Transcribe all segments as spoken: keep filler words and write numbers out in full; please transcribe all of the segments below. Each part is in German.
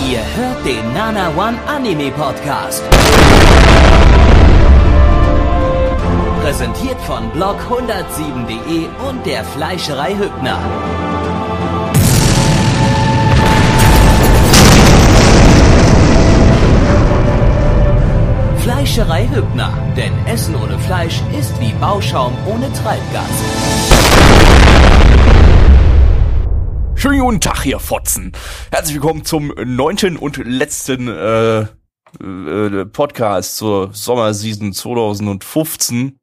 Ihr hört den Nana One Anime Podcast. Präsentiert von blog hundertsieben punkt de und der Fleischerei Hübner. Fleischerei Hübner, denn Essen ohne Fleisch ist wie Bauschaum ohne Treibgas. Schönen guten Tag, ihr Fotzen. Herzlich willkommen zum neunten und letzten äh, äh, Podcast zur Sommerseason zwanzig fünfzehn.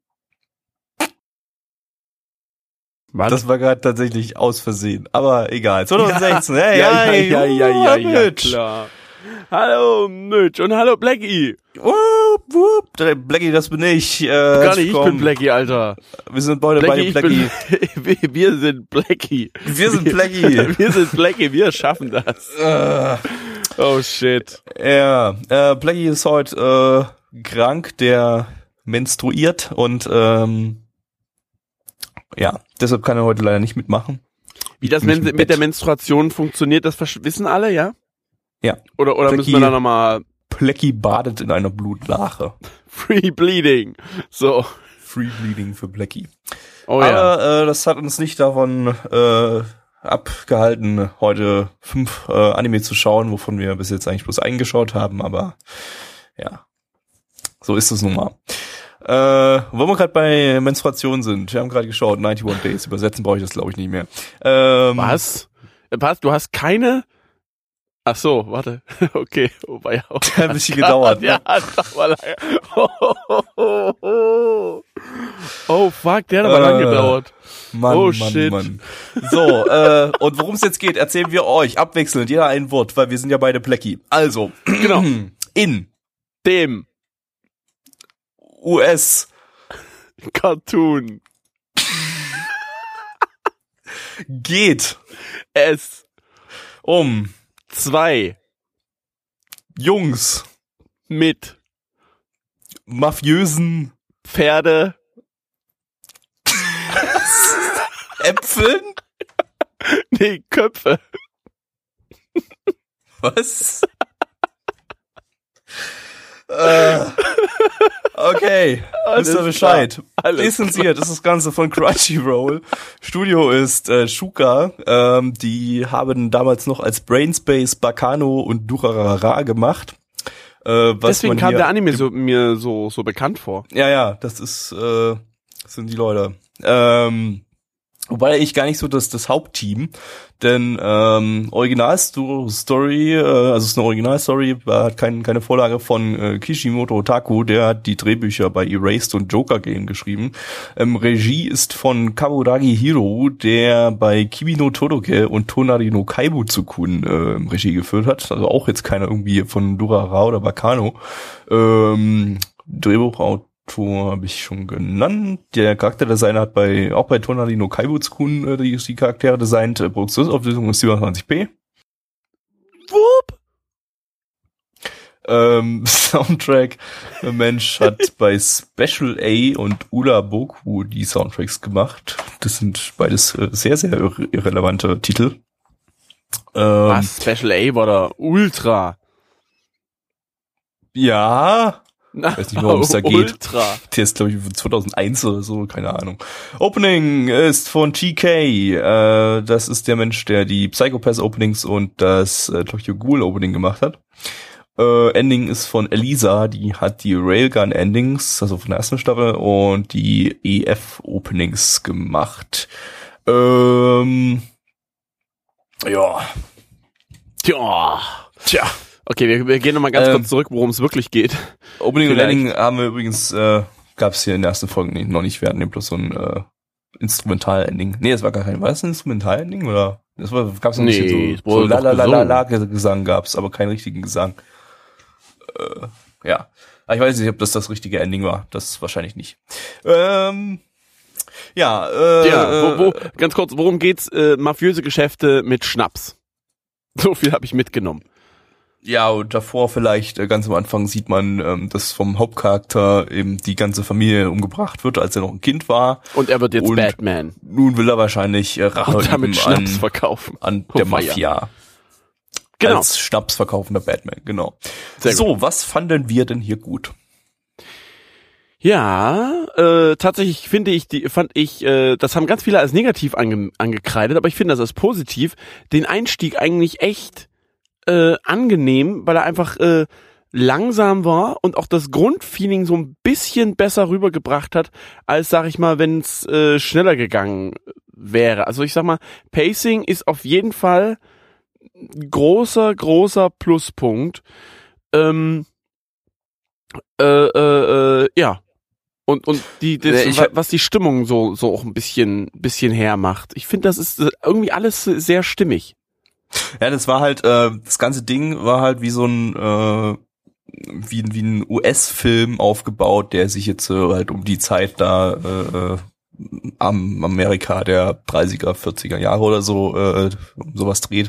Was? Das war gerade tatsächlich aus Versehen, aber egal. zwanzig sechzehn, ja, hey, ja, hey, ja, ja, ja, ja, Mitch. klar. Hallo Mitch und hallo Blackie. Wupp, wupp. Der Blackie, das bin ich. Äh, Gar nicht, ich bin Blackie, Alter. Wir sind beide Blackie, beide Blackie. ich bin, wir, wir sind Blackie. Wir sind Blackie. Wir sind Blackie, wir schaffen das. Äh, Oh shit. ja, äh, Blackie ist heute äh, krank, der menstruiert und ähm, ja, deshalb kann er heute leider nicht mitmachen. Wie das Nicht men- im mit der Bett. Menstruation funktioniert, das versch- wissen alle, ja? Ja. Oder oder Blackie- müssen wir da nochmal Blackie badet in einer Blutlache. Free Bleeding? So. Free Bleeding für Blackie. Oh ja. Aber äh, das hat uns nicht davon äh, abgehalten, heute fünf äh, Anime zu schauen, wovon wir bis jetzt eigentlich bloß eingeschaut haben, aber ja, so ist es nun mal. Äh, wo wir gerade bei Menstruation sind, wir haben gerade geschaut, einundneunzig Days, übersetzen brauche ich das glaube ich nicht mehr. Ähm, Was? Was? Du hast keine... Ach so, warte. Okay. Oh, war ja auch Hat ein bisschen gedauert, ne? Ja, das war lange. Oh, oh, oh, oh. Oh, fuck, der hat aber Äh, lang gedauert. Mann, Oh, Mann, shit. Mann. So, äh, und worum es jetzt geht, erzählen wir euch abwechselnd, jeder ein Wort, weil wir sind ja beide Blackie. Also, Genau. in Dem U S Cartoon geht es um zwei Jungs, mit mafiösen Pferde Äpfeln? nee, Köpfe. Was? äh, okay, Alles wisst ihr Bescheid. klar. Alles Lizenziert ist das Ganze von Crunchyroll. Studio ist äh, Shuka. Ähm, die haben damals noch als Brainspace Bakano und Durarara gemacht. Äh, was Deswegen man kam hier der Anime so, mir so, so bekannt vor. Ja, ja, das ist, äh, das sind die Leute. Ähm, wobei ich gar nicht so das, das Hauptteam, denn ähm, Originalstory, äh, also es ist eine Originalstory, hat kein, keine Vorlage von äh, Kishimoto Otaku, der hat die Drehbücher bei Erased und Joker Game geschrieben. Ähm, Regie ist von Kaburagi Hiro, der bei Kimi no Todoke und Tonari no Kaibutsu-kun äh, Regie geführt hat, also auch jetzt keiner irgendwie von Durarara oder Bakano. Ähm, Drehbuchautor habe ich schon genannt. Der Charakterdesigner hat bei auch bei Tonari no Kaibutsu-kun äh, die, die Charaktere designt. Äh, Produktionsauflösung ist siebenundzwanzig p. Wupp. Ähm, Soundtrack. Der Mensch hat bei Special A und Ula Boku die Soundtracks gemacht. Das sind beides äh, sehr, sehr irre- irrelevante Titel. Ähm, Was? Special A war da Ultra. Ja. Ich weiß nicht, worum es da geht. Ultra. Der ist, glaube ich, von zweitausendeins oder so, keine Ahnung. Opening ist von T K. Äh, das ist der Mensch, der die Psycho-Pass Openings und das äh, Tokyo Ghoul Opening gemacht hat. Äh, Ending ist von Elisa, die hat die Railgun Endings, also von der ersten Staffel, und die E F Openings gemacht. Ähm, ja. Tja. Tja. Okay, wir, wir gehen nochmal ganz Ähm, kurz zurück, worum es wirklich geht. Opening und Vielleicht. Ending haben wir übrigens, äh, gab es hier in der ersten Folge nicht, noch nicht. Wir hatten hier bloß so ein äh, Instrumental-Ending. Nee, das war gar kein, war das ein Instrumental-Ending oder? Das war, gab's noch Nee, ein bisschen es so, so wurde la doch la la la la gesungen. Gesang gab's, aber keinen richtigen Gesang. Äh, ja. Aber ich weiß nicht, ob das das richtige Ending war. Das wahrscheinlich nicht. Ähm, ja, äh, Ja, wo, wo, ganz kurz, worum geht's? Äh, mafiöse Geschäfte mit Schnaps. So viel habe ich mitgenommen. Ja, und davor vielleicht, äh, ganz am Anfang sieht man, ähm, dass vom Hauptcharakter eben die ganze Familie umgebracht wird, als er noch ein Kind war. Und er wird jetzt Und Batman. Nun will er wahrscheinlich äh, Rache Und damit üben Schnaps an, verkaufen. an Oh, der weia. Mafia. Genau. Als schnapsverkaufender Batman, genau. Sehr so, was fanden wir denn hier gut? Ja, äh, tatsächlich finde ich, die fand ich, äh, das haben ganz viele als negativ ange, angekreidet, aber ich finde das als positiv, den Einstieg eigentlich echt äh, angenehm, weil er einfach äh, langsam war und auch das Grundfeeling so ein bisschen besser rübergebracht hat, als, sag ich mal, wenn es äh, schneller gegangen wäre. Also ich sag mal, Pacing ist auf jeden Fall großer, großer Pluspunkt. Ähm, äh, äh, äh, ja. Und und die das, Ich, was die Stimmung so so auch ein bisschen bisschen hermacht. Ich finde, das ist irgendwie alles sehr stimmig. Ja, das war halt, äh, das ganze Ding war halt wie so ein, äh, wie, wie ein U S-Film aufgebaut, der sich jetzt äh, halt um die Zeit da äh, am Amerika der dreißiger, vierziger Jahre oder so äh, um sowas dreht.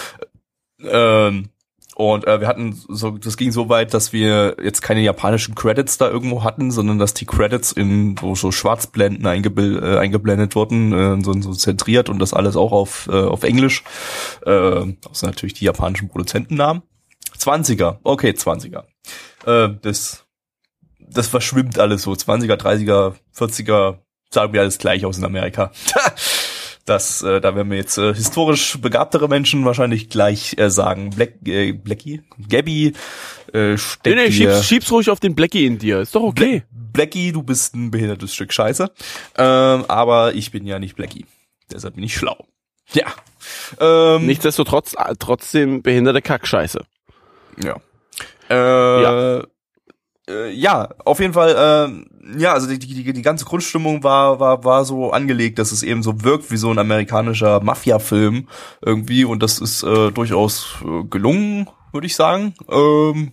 Ähm, und äh, wir hatten so, das ging so weit, dass wir jetzt keine japanischen Credits da irgendwo hatten, sondern dass die Credits in so, so Schwarzblenden eingebil- äh, eingeblendet wurden, äh, so, so zentriert und das alles auch auf äh, auf Englisch. Äh, außer natürlich die japanischen Produzentennamen. zwanziger, okay, zwanziger. Äh, das das verschwimmt alles so. zwanziger, dreißiger, vierziger, sagen wir alles gleich aus in Amerika. Das, äh, da werden wir jetzt äh, historisch begabtere Menschen wahrscheinlich gleich äh, sagen. Black, äh, Blackie, Gabby, äh, steckt Nee, nee, dir, schieb's, schieb's ruhig auf den Blackie in dir. Ist doch okay. Bla- Blackie, du bist ein behindertes Stück Scheiße. Ähm, aber ich bin ja nicht Blackie. Deshalb bin ich schlau. Ja. Ähm, Nichtsdestotrotz äh, trotzdem behinderte Kackscheiße. Ja. Äh, Ja. Äh, ja, auf jeden Fall, äh, ja, also die, die, die ganze Grundstimmung war, war, war so angelegt, dass es eben so wirkt wie so ein amerikanischer Mafia-Film irgendwie und das ist äh, durchaus äh, gelungen, würde ich sagen. Ähm,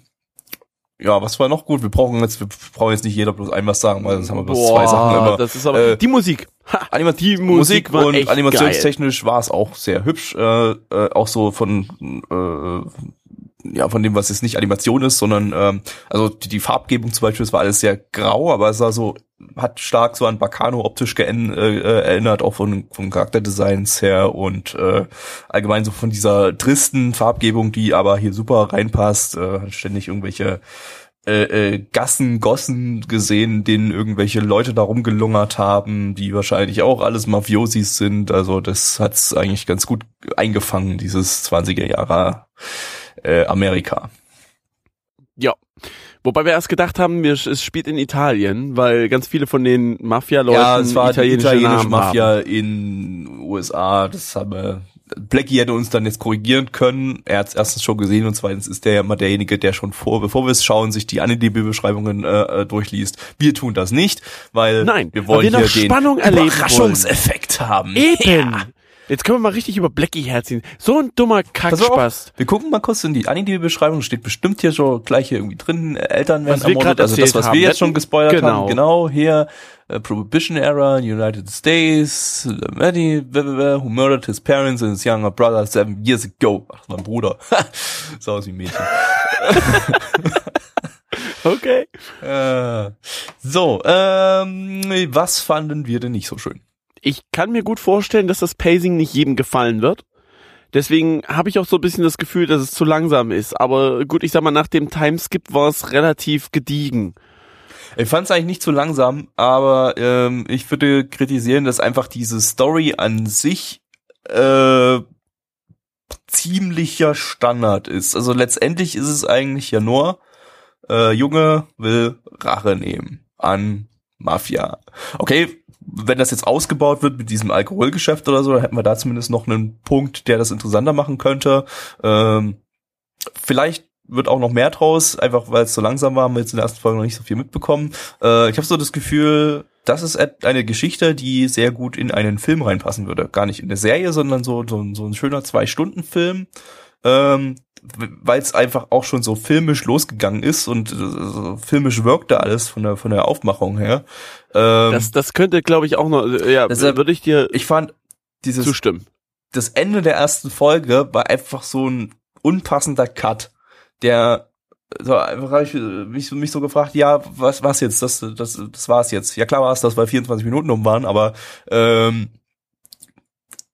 ja, was war noch gut? Wir brauchen jetzt, wir brauchen jetzt nicht jeder bloß ein was sagen, weil sonst haben wir bloß Boah, zwei Sachen immer. das ist aber äh, die Musik. Ha, Anima- die Musik, Musik war und echt animationstechnisch war es auch sehr hübsch, äh, äh, auch so von äh, ja, von dem, was jetzt nicht Animation ist, sondern ähm, also die, die Farbgebung zum Beispiel, es war alles sehr grau, aber es war so, hat stark so an Bacano optisch geän, äh, erinnert, auch von, von Charakterdesigns her und äh, allgemein so von dieser tristen Farbgebung, die aber hier super reinpasst, äh, hat ständig irgendwelche äh, äh, Gassen, Gossen gesehen, denen irgendwelche Leute da rumgelungert haben, die wahrscheinlich auch alles Mafiosis sind, also das hat's eigentlich ganz gut eingefangen, dieses zwanziger Jahre Äh, Amerika. Ja. Wobei wir erst gedacht haben, wir, es spielt in Italien, weil ganz viele von den Mafia-Leuten Ja, es war italienische, italienische Namen Mafia haben. in U S A. Das haben wir. Blackie hätte uns dann jetzt korrigieren können. Er hat es erstens schon gesehen und zweitens ist der ja immer derjenige, der schon vor, bevor wir es schauen, sich die I M D B-Beschreibungen äh, durchliest. Wir tun das nicht, weil Nein, wir wollen weil wir noch hier Spannung den erleben Überraschungseffekt haben. Eben. Ja. Jetzt können wir mal richtig über Blackie herziehen. So ein dummer Pass auf, Kackspast. wir gucken mal kurz in die I M D B-Beschreibung, steht bestimmt hier schon gleich hier irgendwie drin, äh, Eltern werden Was wir ermordet, gerade also das, erzählt was wir haben. jetzt schon gespoilert Genau. haben, genau, hier, uh, Prohibition Era, United States, Maddie, who murdered his parents and his younger brother seven years ago. Ach, mein Bruder. So aus wie ein Mädchen. Okay. äh, so, ähm, was fanden wir denn nicht so schön? Ich kann mir gut vorstellen, dass das Pacing nicht jedem gefallen wird. Deswegen habe ich auch so ein bisschen das Gefühl, dass es zu langsam ist. Aber gut, ich sag mal, nach dem Timeskip war es relativ gediegen. Ich fand es eigentlich nicht zu langsam, aber ähm, ich würde kritisieren, dass einfach diese Story an sich äh, ziemlicher Standard ist. Also letztendlich ist es eigentlich ja nur, äh, Junge will Rache nehmen an Mafia. Okay, wenn das jetzt ausgebaut wird mit diesem Alkoholgeschäft oder so, dann hätten wir da zumindest noch einen Punkt, der das interessanter machen könnte. Ähm, vielleicht wird auch noch mehr draus, einfach weil es so langsam war, haben wir jetzt in der ersten Folge noch nicht so viel mitbekommen. Äh, ich habe so das Gefühl, das ist eine Geschichte, die sehr gut in einen Film reinpassen würde. Gar nicht in eine Serie, sondern so so, so ein schöner Zwei-Stunden-Film. Ähm, weil es einfach auch schon so filmisch losgegangen ist und äh, filmisch wirkte alles von der von der Aufmachung her. Ähm, Das, das könnte, glaube ich, auch noch, ja, deshalb- würde ich dir ich fand dieses zustimmen. das Ende der ersten Folge war einfach so ein unpassender Cut, der so einfach habe ich mich, mich so gefragt, ja, was was jetzt, das das das war's jetzt. Ja klar war es das, weil vierundzwanzig Minuten um waren, aber ähm,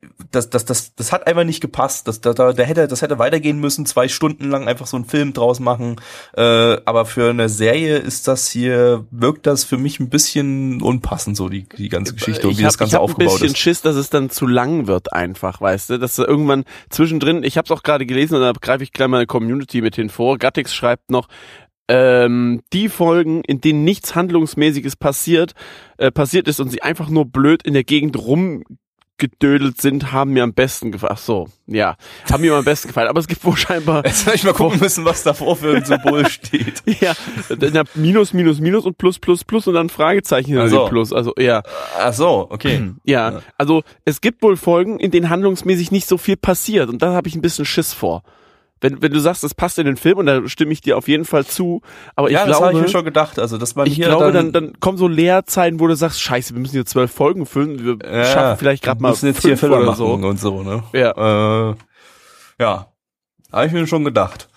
das, das, das, das hat einfach nicht gepasst. Das, da, da, der hätte, das hätte weitergehen müssen, zwei Stunden lang einfach so einen Film draus machen. Äh, aber für eine Serie ist das hier, wirkt das für mich ein bisschen unpassend, so die, die ganze Geschichte und ich wie hab, das Ganze ich hab aufgebaut ist. ein bisschen Schiss, dass es dann zu lang wird einfach, weißt du, dass du irgendwann zwischendrin, ich habe es auch gerade gelesen und da greife ich gleich mal eine Community mit hin vor. Gattix schreibt noch, ähm, die Folgen, in denen nichts Handlungsmäßiges passiert, äh, passiert ist und sie einfach nur blöd in der Gegend rumgedödelt sind, haben mir am besten gefallen. Ach so, ja, haben mir am besten gefallen. Aber es gibt wohl scheinbar... Jetzt hätte ich mal gucken müssen, was davor für ein Symbol steht. Ja, na, Minus, Minus, Minus und Plus, Plus, Plus und dann Fragezeichen hinter so. dem Plus. Also, ja. Ach so, okay. Ja, Ja. also es gibt wohl Folgen, in denen handlungsmäßig nicht so viel passiert und da habe ich ein bisschen Schiss vor. Wenn, wenn du sagst, es passt in den Film, und da stimme ich dir auf jeden Fall zu, aber ich Ja, das glaube, habe ich mir schon gedacht. Also, dass man ich hier glaube, dann, dann, dann kommen so Leerzeiten, wo du sagst, scheiße, wir müssen hier zwölf Folgen füllen, wir ja, schaffen vielleicht gerade mal müssen jetzt fünf hier Filler oder machen so. und so, ne? Ja. Äh, ja, habe ich mir schon gedacht.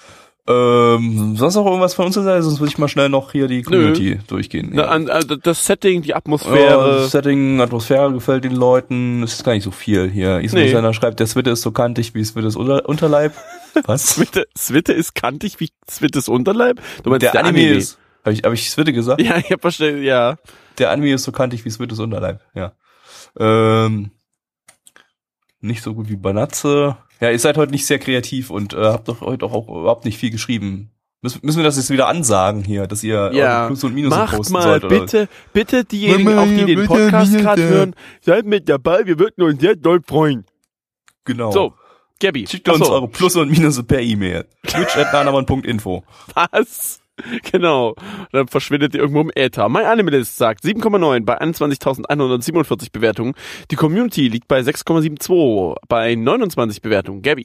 Ähm, sonst noch irgendwas von uns zu sagen? Sonst würde ich mal schnell noch hier die Community durchgehen. Na, Ja. an, an, das Setting, die Ja, Atmosphäre. das Setting, Atmosphäre gefällt den Leuten. Es ist gar nicht so viel hier. Ismail Nee. schreibt, der Switte ist so kantig wie Swittes Unter- Unterleib. Was? Switte, Switte ist kantig wie Swittes Unterleib? Du meinst Der, Anime, ist. Habe ich, hab ich Switte gesagt? Ja, ich hab verstanden, ja. Der Anime ist so kantig wie Swittes Unterleib. Ja. Ähm, nicht so gut wie Banatze. Ja, ihr seid heute nicht sehr kreativ und äh, habt doch heute auch, auch überhaupt nicht viel geschrieben. Müssen, müssen wir das jetzt wieder ansagen hier, dass ihr Ja, eure Plus und Minus macht posten mal sollt? Oder? bitte, bitte diejenigen, Mama, auch die den bitte, Podcast bitte. gerade hören, seid mit dabei, wir würden uns sehr doll freuen. Genau. So, Gabby. Schickt uns Achso, eure Plus und Minus per E-Mail. twitch at nanamon punkt info. was? Genau. Dann verschwindet ihr irgendwo im Äther. Mein Animalist sagt sieben Komma neun bei einundzwanzigtausendeinhundertsiebenundvierzig Bewertungen. Die Community liegt bei sechs Komma zweiundsiebzig bei neunundzwanzig Bewertungen. Gabby.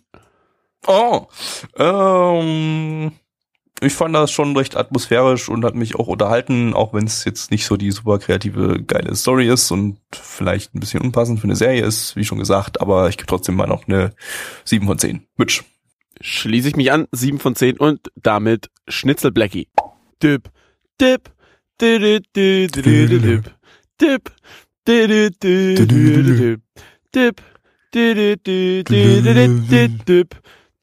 Oh, ähm, ich fand das schon recht atmosphärisch und hat mich auch unterhalten, auch wenn es jetzt nicht so die super kreative, geile Story ist und vielleicht ein bisschen unpassend für eine Serie ist, wie schon gesagt, aber ich gebe trotzdem mal noch eine sieben von zehn. Mitch. Schließe ich mich an, sieben von zehn und damit Schnitzel Blackie. Dip, dip, dip, dip, dip, dip, dip, dip, dip, dip, dip, dip, dip,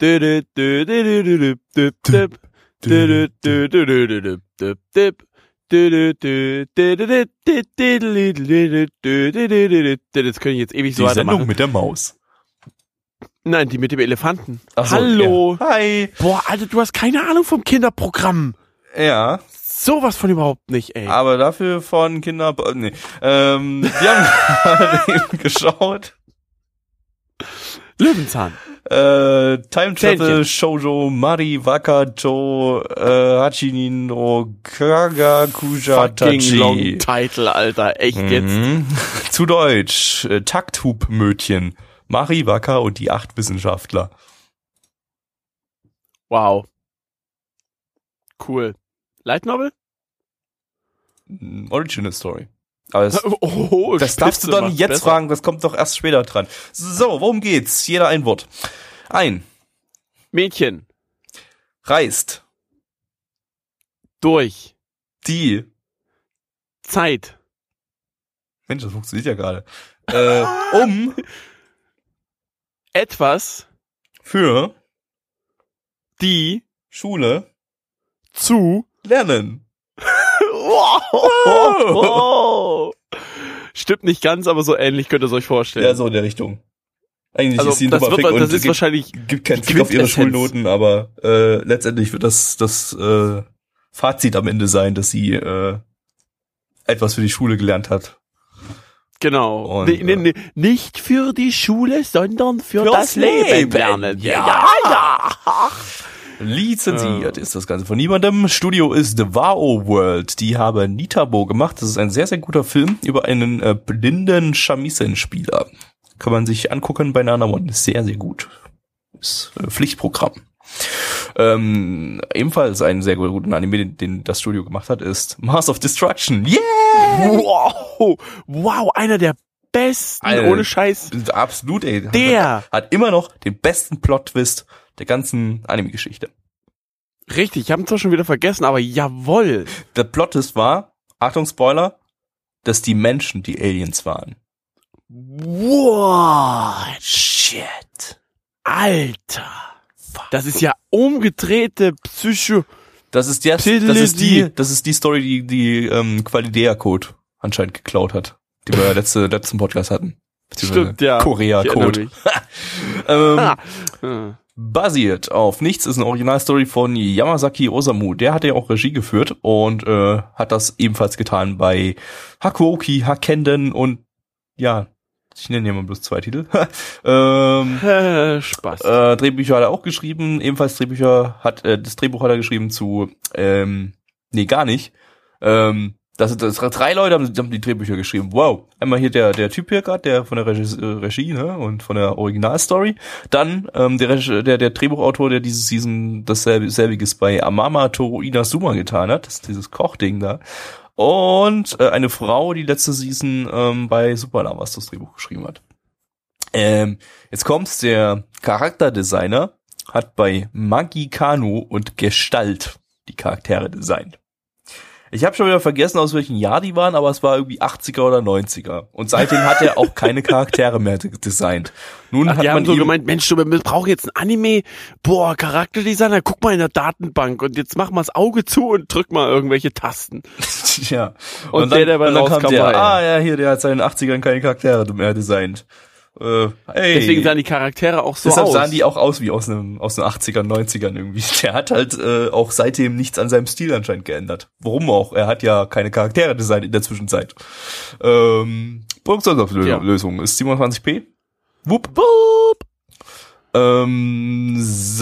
das könnte ich jetzt ewig so Die weitermachen. Sendung mit der Maus. Nein, die mit dem Elefanten. Ach so, Hallo. Ja. Hi. Boah, Alter, du hast keine Ahnung vom Kinderprogramm. Ja, Sowas von überhaupt nicht, ey. aber dafür von Kinder... Nee. Ähm, wir haben gerade eben geschaut. Löwenzahn. Äh, Time Travel, Zähnchen. Shoujo, Mari, Waka, Joe, äh, Hachinin, no, Kaga, Kuja, Fucking long Tachi. Title, Alter. Echt jetzt. Mhm. Zu Deutsch, äh, Takthub-Mötchen, Mari, Waka und die acht Wissenschaftler. Wow. Cool. Light Novel? Mm, Original Story. Aber das, Oh, das darfst du doch nicht jetzt besser. fragen, das kommt doch erst später dran. So, worum geht's? Jeder ein Wort. Ein, Mädchen. reist, Durch. die, Zeit. Mensch, das funktioniert ja gerade, äh, um, Etwas. für, Die. Schule, Zu. lernen. Oh. Stimmt nicht ganz, aber so ähnlich könnt ihr es euch vorstellen. Ja, so in der Richtung. Eigentlich also ist sie ein das, super wird, Fick das und ist gibt, wahrscheinlich gibt keinen die Fick auf ihre Quintessenz. Schulnoten, aber äh, letztendlich wird das das äh, Fazit am Ende sein, dass sie äh, etwas für die Schule gelernt hat. Genau. Und, nee, nee, nee, nicht für die Schule, sondern für, Für das, das Leben, Leben. lernen. Ja. ja. ja. Lizenziert Äh. ist das Ganze von niemandem. Studio ist The Wao World. Die haben Nitabo gemacht. Das ist ein sehr, sehr guter Film über einen äh, blinden Shamisen-Spieler. Kann man sich angucken bei Nanamon. Ist sehr, sehr gut. Ist äh, Pflichtprogramm. Ähm, ebenfalls einen sehr guten Anime, den, den das Studio gemacht hat, ist Mars of Destruction. Yeah! Wow, wow, einer der besten, Alter. ohne Scheiß. Absolut, ey. Der. Hat, hat immer noch den besten Plot-Twist der ganzen Anime-Geschichte. Richtig, ich habe ihn zwar schon wieder vergessen, aber jawohl. Der Plot-Twist war, Achtung, Spoiler, dass die Menschen die Aliens waren. What? Shit. Alter. Das ist ja umgedrehte Psycho... Das ist, der, das ist die, das ist die Story, die, die ähm, Qualidea-Code anscheinend geklaut hat, die wir letzte, letzten Podcast hatten. Stimmt, ja. Korea-Code. ähm, basiert auf Nichts ist eine Originalstory von Yamasaki Osamu. Der hat ja auch Regie geführt und äh, hat das ebenfalls getan bei Hakuoki, Hakenden und ja, ich nenne hier mal bloß zwei Titel. ähm, äh, Spaß. Äh, Drehbücher hat er auch geschrieben, ebenfalls Drehbücher hat, äh, das Drehbuch hat er geschrieben zu, ähm, nee, gar nicht. Ähm, das, das drei Leute haben, haben die Drehbücher geschrieben. Wow. Einmal hier der der Typ hier gerade, der von der Regie, äh, Regie, ne, und von der Originalstory. Dann ähm, der, Regie, der der Drehbuchautor, der dieses Season dasselbe selbiges bei Amama Toru Inazuma getan hat, das ist dieses Kochding da. Und äh, eine Frau, die letzte Season ähm, bei Superlavas das Drehbuch geschrieben hat. Ähm, jetzt kommt's, der Charakterdesigner hat bei Magi Kano und Gestalt die Charaktere designt. Ich habe schon wieder vergessen, aus welchem Jahr die waren, aber es war irgendwie achtziger oder neunziger. Und seitdem hat er auch keine Charaktere mehr designt. Nun Ach, hat die man haben so ihm gemeint, Mensch, du, wir brauchen jetzt ein Anime, boah, Charakterdesigner, guck mal in der Datenbank und jetzt mach mal das Auge zu und drück mal irgendwelche Tasten. ja. Und, und der, dann, der bei und dann kam rauskam, der, war er. ah ja, hier, der hat seit den achtzigern keine Charaktere mehr designt. Äh, hey. Deswegen sahen die Charaktere auch so Deshalb aus. sahen die auch aus wie aus einem aus den achtzigern, neunzigern irgendwie. Der hat halt äh, auch seitdem nichts an seinem Stil anscheinend geändert. Warum auch? Er hat ja keine Charaktere designt in der Zwischenzeit. Ähm, Produktionsauflösung ja. ist siebenundzwanzig p. Wupp. Wupp. Ähm,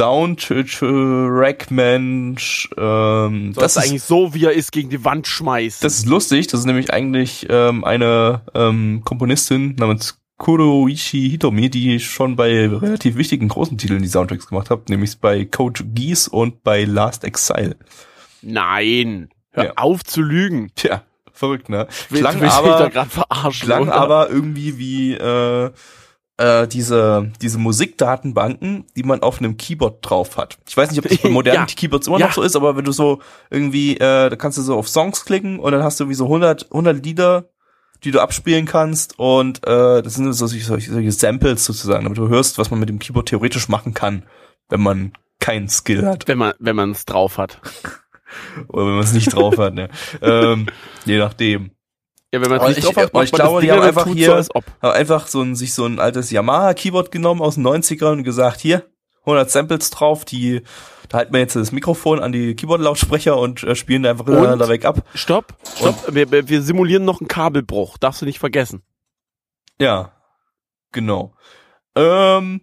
Soundtrack Mensch, ähm, das, das ist eigentlich so, wie er ist, gegen die Wand schmeißen. Das ist lustig, das ist nämlich eigentlich ähm, eine ähm, Komponistin namens Kuroichi Hitomi, die schon bei relativ wichtigen großen Titeln die Soundtracks gemacht hat, nämlich bei Code Geass und bei Last Exile. Nein, hör ja. auf zu lügen. Tja, verrückt, ne? Klang Klang aber, grad verarschen, klang oder? aber irgendwie wie äh, äh, diese diese Musikdatenbanken, die man auf einem Keyboard drauf hat. Ich weiß nicht, ob das bei modernen ja. Keyboards immer ja. noch so ist, aber wenn du so irgendwie, äh, da kannst du so auf Songs klicken und dann hast du wie so hundert Lieder, die du abspielen kannst und äh, das sind so solche, solche Samples sozusagen, damit du hörst, was man mit dem Keyboard theoretisch machen kann, wenn man keinen Skill hat. Wenn man wenn man es drauf hat. Oder wenn man es nicht drauf hat, ne. ähm, je nachdem. Ja, wenn man es nicht ich, drauf hat, macht ich man glaube, das die haben einfach so, hier als ob. haben einfach so ein, sich so ein altes Yamaha-Keyboard genommen aus den neunzigern und gesagt, hier, hundert Samples drauf, die da halten wir jetzt das Mikrofon an die Keyboard-Lautsprecher und äh, spielen einfach da weg ab. Stopp, stopp, wir, wir simulieren noch einen Kabelbruch, darfst du nicht vergessen. Ja, genau. Ähm.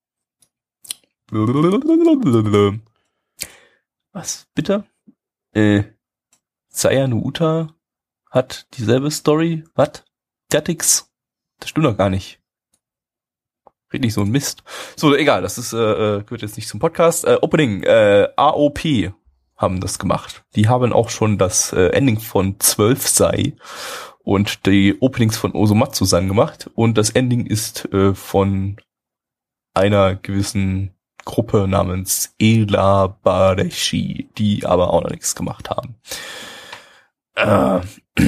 Was, bitte? Äh, Saya no Uta hat dieselbe Story. Was? Gatix? Das stimmt doch gar nicht. Red nicht so ein Mist. So, egal, das ist, äh, gehört jetzt nicht zum Podcast. Äh, Opening, äh, A O P haben das gemacht. Die haben auch schon das äh, Ending von zwölf Sei und die Openings von Osomatsu San gemacht. Und das Ending ist äh, von einer gewissen Gruppe namens Ela Bareshi, die aber auch noch nichts gemacht haben. Äh,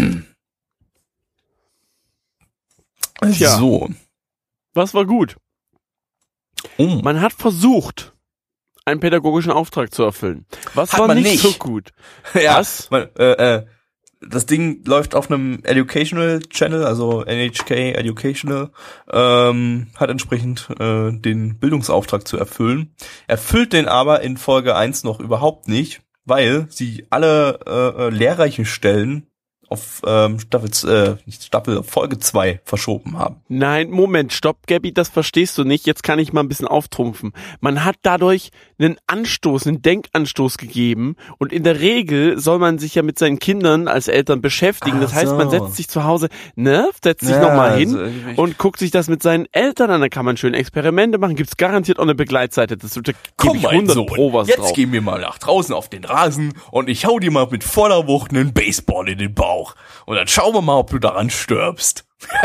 Tja. So. Was war gut? Oh. Man hat versucht, einen pädagogischen Auftrag zu erfüllen. Was Hat war man nicht, nicht. so gut? Ja, Was? Man, äh, äh, das Ding läuft auf einem Educational Channel, also N H K Educational, ähm, hat entsprechend äh, den Bildungsauftrag zu erfüllen. Erfüllt den aber in Folge eins noch überhaupt nicht, weil sie alle äh, äh, lehrreichen Stellen auf ähm, Staffel, äh, nicht Staffel, Folge zwei verschoben haben. Nein, Moment, stopp, Gabby, das verstehst du nicht. Jetzt kann ich mal ein bisschen auftrumpfen. Man hat dadurch einen Anstoß, einen Denkanstoß gegeben und in der Regel soll man sich ja mit seinen Kindern als Eltern beschäftigen. Ach das heißt, so. man setzt sich zu Hause, ne, setzt sich Ja, nochmal hin also ich- und guckt sich das mit seinen Eltern an. Da kann man schön Experimente machen. Gibt's garantiert auch eine Begleitseite. Das da gebe ich hundert Pro was jetzt drauf. gehen wir mal nach draußen auf den Rasen und ich hau dir mal mit voller Wucht einen Baseball in den Bauch. Und dann schauen wir mal, ob du daran stirbst.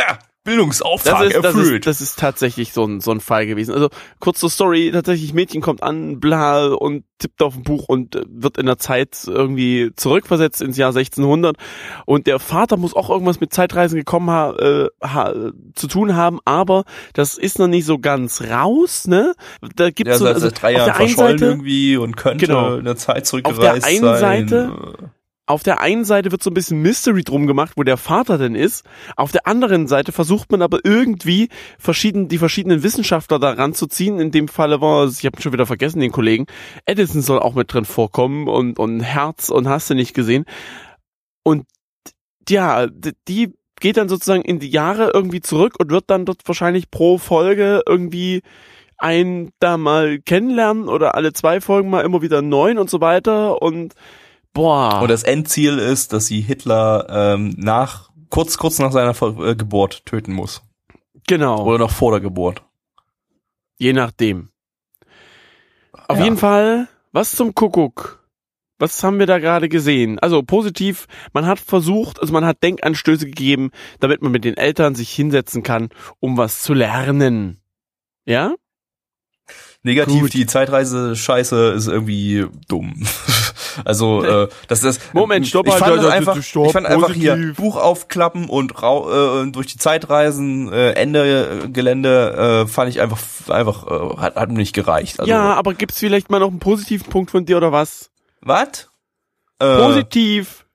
Bildungsauftrag das ist, das erfüllt. ist, das ist tatsächlich so ein, so ein Fall gewesen. Also, kurz zur Story, tatsächlich, Mädchen kommt an, bla, und tippt auf ein Buch und wird in der Zeit irgendwie zurückversetzt ins Jahr sechzehnhundert. Und der Vater muss auch irgendwas mit Zeitreisen gekommen ha, äh, ha, zu tun haben, aber das ist noch nicht so ganz raus, ne? Da gibt's ja, so, seit, also, seit drei auf Jahren der einen verschollen Seite, irgendwie und könnte genau, in der Zeit zurückgereist auf der einen sein. Seite, Auf der einen Seite wird so ein bisschen Mystery drum gemacht, wo der Vater denn ist. Auf der anderen Seite versucht man aber irgendwie verschieden, die verschiedenen Wissenschaftler da ranzuziehen. In dem Falle war es, ich habe schon wieder vergessen, den Kollegen, Edison soll auch mit drin vorkommen und, und Herz und hast du nicht gesehen. Und ja, die geht dann sozusagen in die Jahre irgendwie zurück und wird dann dort wahrscheinlich pro Folge irgendwie ein da mal kennenlernen oder alle zwei Folgen mal immer wieder neun und so weiter und boah. Und das Endziel ist, dass sie Hitler ähm, nach kurz kurz nach seiner Ver- äh, Geburt töten muss. Genau. Oder noch vor der Geburt. Je nachdem. Auf Ja. jeden Fall, was zum Kuckuck? Was haben wir da gerade gesehen? Also positiv, man hat versucht, also man hat Denkanstöße gegeben, damit man mit den Eltern sich hinsetzen kann, um was zu lernen. Ja? Negativ, Gut. die Zeitreise-Scheiße ist irgendwie dumm. Also, äh, das ist... Moment, stopp, ich halt, fand halt, das halt, einfach, stopp, ich fand einfach hier positiv. Buch aufklappen und rau, äh, durch die Zeitreisen, äh, Ende äh, Gelände, äh, fand ich einfach, einfach, äh, hat, hat mir nicht gereicht. Also, Ja, aber gibt's vielleicht mal noch einen positiven Punkt von dir oder was? was? Äh, Positiv.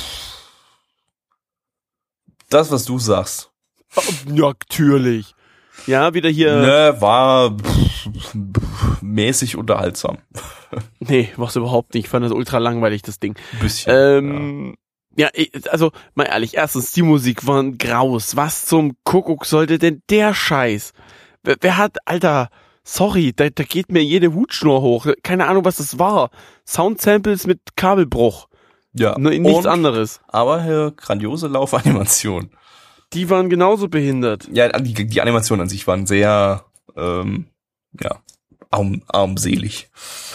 das, was du sagst. Oh, natürlich. Ja, wieder hier. Ne, war pff, pff, mäßig unterhaltsam. Nee, war's überhaupt nicht. Ich fand das ultra langweilig, das Ding. Ein bisschen. Ähm, ja. ja, also, mal ehrlich, erstens, die Musik war ein Graus. Was zum Kuckuck sollte denn der Scheiß? Wer, wer hat, Alter, sorry, da, da geht mir jede Hutschnur hoch. Keine Ahnung, was das war. Soundsamples mit Kabelbruch. Ja. N- nichts Und, anderes. aber hier, grandiose Laufanimation. Die waren genauso behindert. Ja, die, die Animationen an sich waren sehr, ähm, ja, arm, armselig.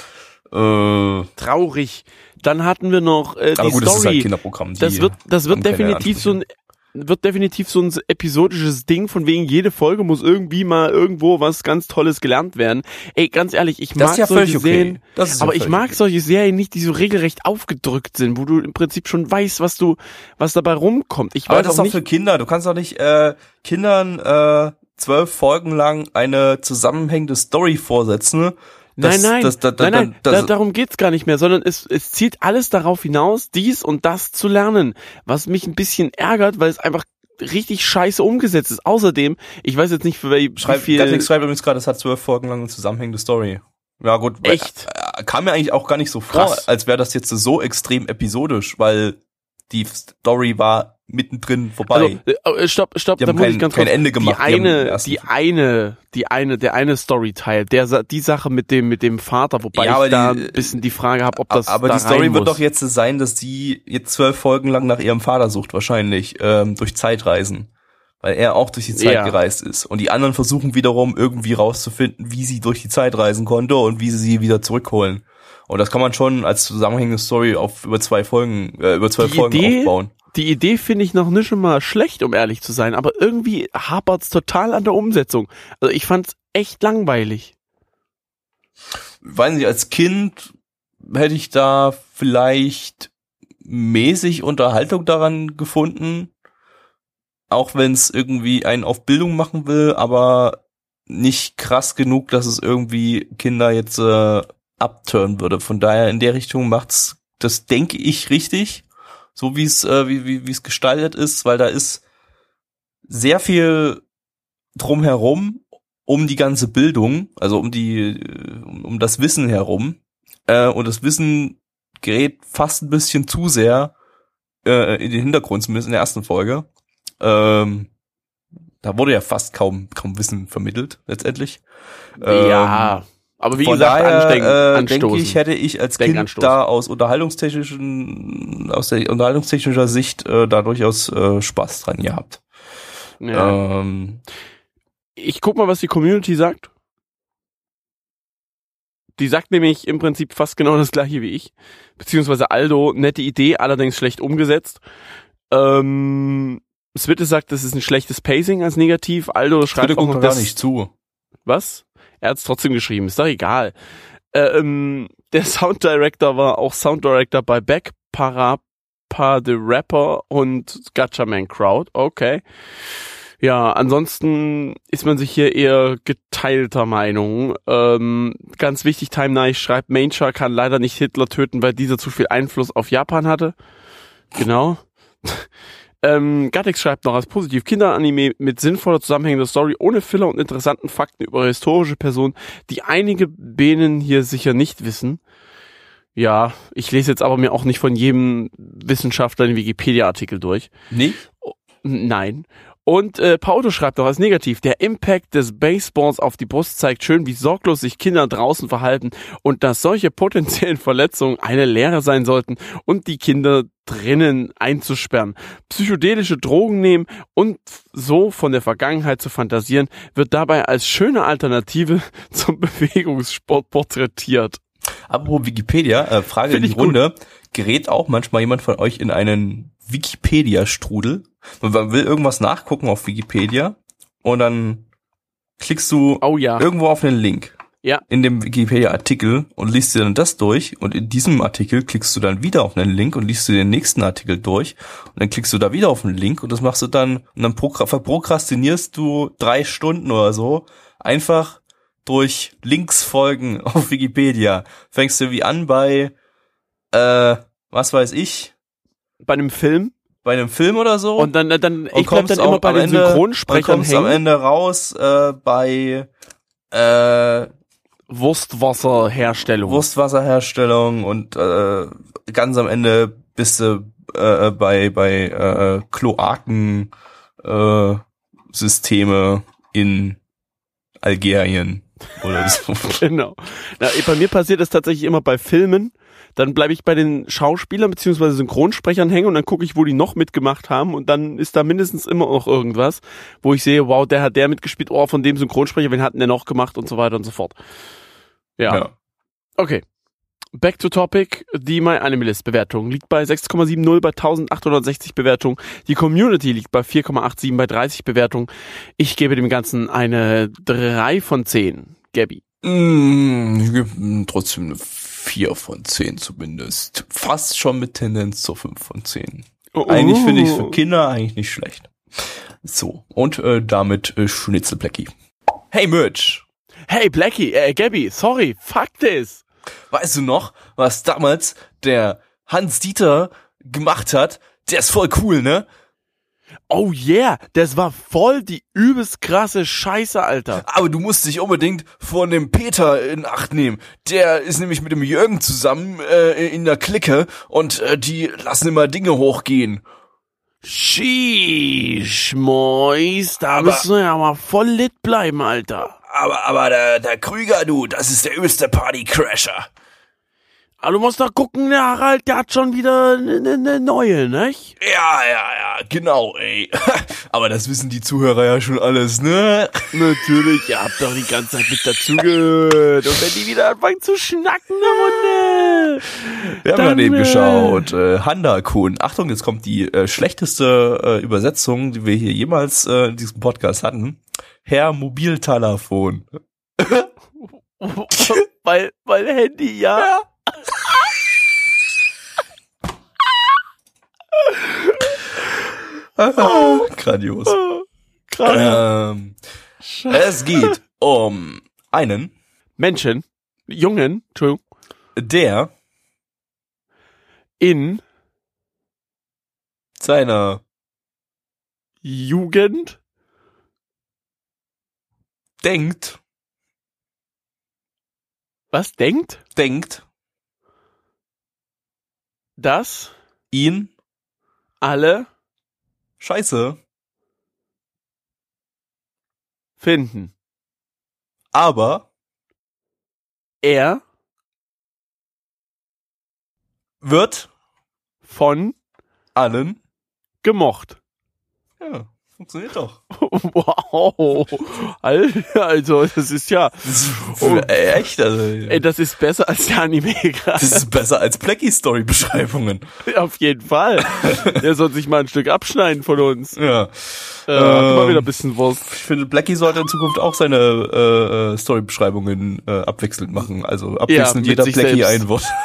Äh, Traurig. Dann hatten wir noch äh, aber die gut, das ist halt Story. Kinderprogramm. Die Das wird, das wird haben keine definitiv so ein, wird definitiv so ein episodisches Ding, von wegen jede Folge muss irgendwie mal irgendwo was ganz Tolles gelernt werden. Ey, ganz ehrlich, ich Das mag ist ja solche völlig okay. Serien, Das ist ja aber ich völlig mag okay. solche Serien nicht, die so regelrecht aufgedrückt sind, wo du im Prinzip schon weißt, was du, was dabei rumkommt. Ich Aber weiß das ist auch doch nicht, für Kinder. Du kannst doch nicht äh, Kindern äh, zwölf Folgen lang eine zusammenhängende Story vorsetzen. Das, nein, nein, das, das, das, nein, nein, das, da, darum geht's gar nicht mehr, sondern es, es zielt alles darauf hinaus, dies und das zu lernen, was mich ein bisschen ärgert, weil es einfach richtig scheiße umgesetzt ist. Außerdem, ich weiß jetzt nicht, für wie Schreib, viel... Gatling schreibt übrigens gerade, es hat zwölf Folgen lang eine zusammenhängende Story. Ja gut, weil- Echt? äh, kam mir eigentlich auch gar nicht so vor, Krass. als wäre das jetzt so extrem episodisch, weil die Story war mittendrin vorbei. Also, äh, stopp, stopp, Die da haben muss kein- ich ganz kein kurz, Ende gemacht, Die die haben den eine, ersten- die eine, die eine, der eine Storyteil, der, Sa- die Sache mit dem, mit dem Vater, wobei Ja, aber ich da die- ein bisschen die Frage habe, ob das Aber da die Story rein wird muss. doch jetzt sein, dass sie jetzt zwölf Folgen lang nach ihrem Vater sucht, wahrscheinlich, ähm, durch Zeitreisen. Weil er auch durch die Zeit Ja. gereist ist. Und die anderen versuchen wiederum irgendwie rauszufinden, wie sie durch die Zeit reisen konnte und wie sie sie wieder zurückholen. Und das kann man schon als zusammenhängende Story auf über zwei Folgen, äh, über zwölf Die Folgen Idee- aufbauen. Die Idee finde ich noch nicht schon mal schlecht, um ehrlich zu sein, aber irgendwie hapert's total an der Umsetzung. Also ich fand's echt langweilig. Weiß nicht, als Kind hätte ich da vielleicht mäßig Unterhaltung daran gefunden. Auch wenn es irgendwie einen auf Bildung machen will, aber nicht krass genug, dass es irgendwie Kinder jetzt äh, abturnen würde. Von daher in der Richtung macht's, das denke ich, richtig, so wie es äh, wie wie wie es gestaltet ist, weil da ist sehr viel drumherum um die ganze Bildung, also um die um, um das Wissen herum, äh, und das Wissen gerät fast ein bisschen zu sehr äh, in den Hintergrund, zumindest in der ersten Folge. Ähm, da wurde ja fast kaum kaum Wissen vermittelt letztendlich. Ja, aber wie Von gesagt, daher anstecken, äh, anstoßen. denke ich, hätte ich als Kind Denkanstoß. da aus unterhaltungstechnischen aus der unterhaltungstechnischer Sicht äh, da durchaus äh, Spaß dran gehabt. ja. Ähm, Ich guck mal, was die Community sagt. Die sagt nämlich im Prinzip fast genau das gleiche wie ich. Beziehungsweise Aldo, nette Idee, allerdings schlecht umgesetzt. Ähm, Switte sagt, das ist ein schlechtes Pacing als negativ. Aldo schreibt Bitte auch guck noch gar das, nicht zu. Was? Er hat's trotzdem geschrieben, ist doch egal. Ähm, der Sound Director war auch Sound Director bei Beck, Parappa the Rapper und Gatchaman Crowd. Okay. Ja, ansonsten ist man sich hier eher geteilter Meinung. Ähm, ganz wichtig, Time Night schreibt, Mainsha kann leider nicht Hitler töten, weil dieser zu viel Einfluss auf Japan hatte. Genau. ähm, Gattix schreibt noch als positiv, Kinderanime mit sinnvoller zusammenhängender Story, ohne Filler und interessanten Fakten über historische Personen, die einige Benen hier sicher nicht wissen. Ja, ich lese jetzt aber mir auch nicht von jedem Wissenschaftler den Wikipedia-Artikel durch. Nee? Oh, nein. Und äh, Pauto schreibt noch als negativ, der Impact des Baseballs auf die Brust zeigt schön, wie sorglos sich Kinder draußen verhalten und dass solche potenziellen Verletzungen eine Lehre sein sollten und die Kinder drinnen einzusperren. Psychedelische Drogen nehmen und so von der Vergangenheit zu fantasieren, wird dabei als schöne Alternative zum Bewegungssport porträtiert. Apropos Wikipedia, äh, Frage Find in die ich gut. Runde. Gerät auch manchmal jemand von euch in einen Wikipedia-Strudel? Man will irgendwas nachgucken auf Wikipedia und dann klickst du Oh ja. irgendwo auf einen Link Ja. in dem Wikipedia-Artikel und liest dir dann das durch und in diesem Artikel klickst du dann wieder auf einen Link und liest dir den nächsten Artikel durch und dann klickst du da wieder auf einen Link und das machst du dann und dann progr- verprokrastinierst du drei Stunden oder so einfach durch Links folgen auf Wikipedia. Fängst du wie an bei, äh, was weiß ich, Bei einem Film. bei einem Film oder so. Und dann, dann Und ich bleib kommst dann immer auch bei am den Ende- Synchronsprechern und kommst am hängen. Ende raus äh, bei äh, Wurstwasserherstellung. Wurstwasserherstellung und äh, ganz am Ende bist du äh, bei bei äh, Kloaken äh, Systeme in Algerien oder so. Genau. Na, bei mir passiert das tatsächlich immer bei Filmen. Dann bleibe ich bei den Schauspielern beziehungsweise Synchronsprechern hängen und dann gucke ich, wo die noch mitgemacht haben und dann ist da mindestens immer noch irgendwas, wo ich sehe, wow, der hat der mitgespielt, oh, von dem Synchronsprecher, wen hat denn der noch gemacht und so weiter und so fort. Ja. Ja. Okay. Back to topic. Die MyAnimeList-Bewertung liegt bei sechs Komma sieben null bei eintausendachthundertsechzig Bewertungen. Die Community liegt bei vier Komma siebenundachtzig bei dreißig Bewertungen. Ich gebe dem Ganzen eine drei von zehn. Gabby. Mm, ich gebe trotzdem eine vier von zehn zumindest. Fast schon mit Tendenz zur fünf von zehn. Oh, Eigentlich oh. finde ich es für Kinder eigentlich nicht schlecht. So, und äh, damit äh, Schnitzelblackie. Hey Mitch, Hey Blackie, äh, Gabby, sorry, fuck this. weißt du noch, was damals der Hans Dieter gemacht hat? Der ist voll cool, ne? Oh yeah, das war voll die übelst krasse Scheiße, Alter. Aber du musst dich unbedingt von dem Peter in Acht nehmen. Der ist nämlich mit dem Jürgen zusammen äh, in der Clique und äh, die lassen immer Dinge hochgehen. Sheesh, Mois, da Aber- müssen wir ja mal voll lit bleiben, Alter. Aber, aber der, der Krüger, du, das ist der übelste Partycrasher. Aber du musst doch gucken, der Harald, der hat schon wieder eine ne, ne neue, nicht? Ja, ja, ja, genau, ey. Aber das wissen die Zuhörer ja schon alles, ne? Natürlich, ihr habt doch die ganze Zeit mit dazugehört. Und wenn die wieder anfangen zu schnacken, eine Runde. Wir haben Dann, gerade eben äh, geschaut. Äh, Handa-Kun. Achtung, jetzt kommt die äh, schlechteste äh, Übersetzung, die wir hier jemals äh, in diesem Podcast hatten. Herr Mobiltelefon. weil, weil Handy, ja. ja. Grandios. Gerade. Ähm, es geht um einen, Menschen, Jungen, Entschuldigung, der in seiner Jugend denkt, was denkt, denkt, dass ihn alle scheiße, finden. aber Er wird von allen, gemocht. ja, Funktioniert doch. Wow. Alter, also, das ist ja... Das ist oh, echt, also... Ey, das ist besser als der Anime gerade. Das ist besser als Blackie-Story-Beschreibungen. Auf jeden Fall. Der soll sich mal ein Stück abschneiden von uns. Ja. Äh, ähm, immer wieder ein bisschen Wurst. Ich finde, Blackie sollte in Zukunft auch seine äh, Story-Beschreibungen äh, abwechselnd machen. Also abwechselnd ja, jeder Blackie selbst. ein Wort.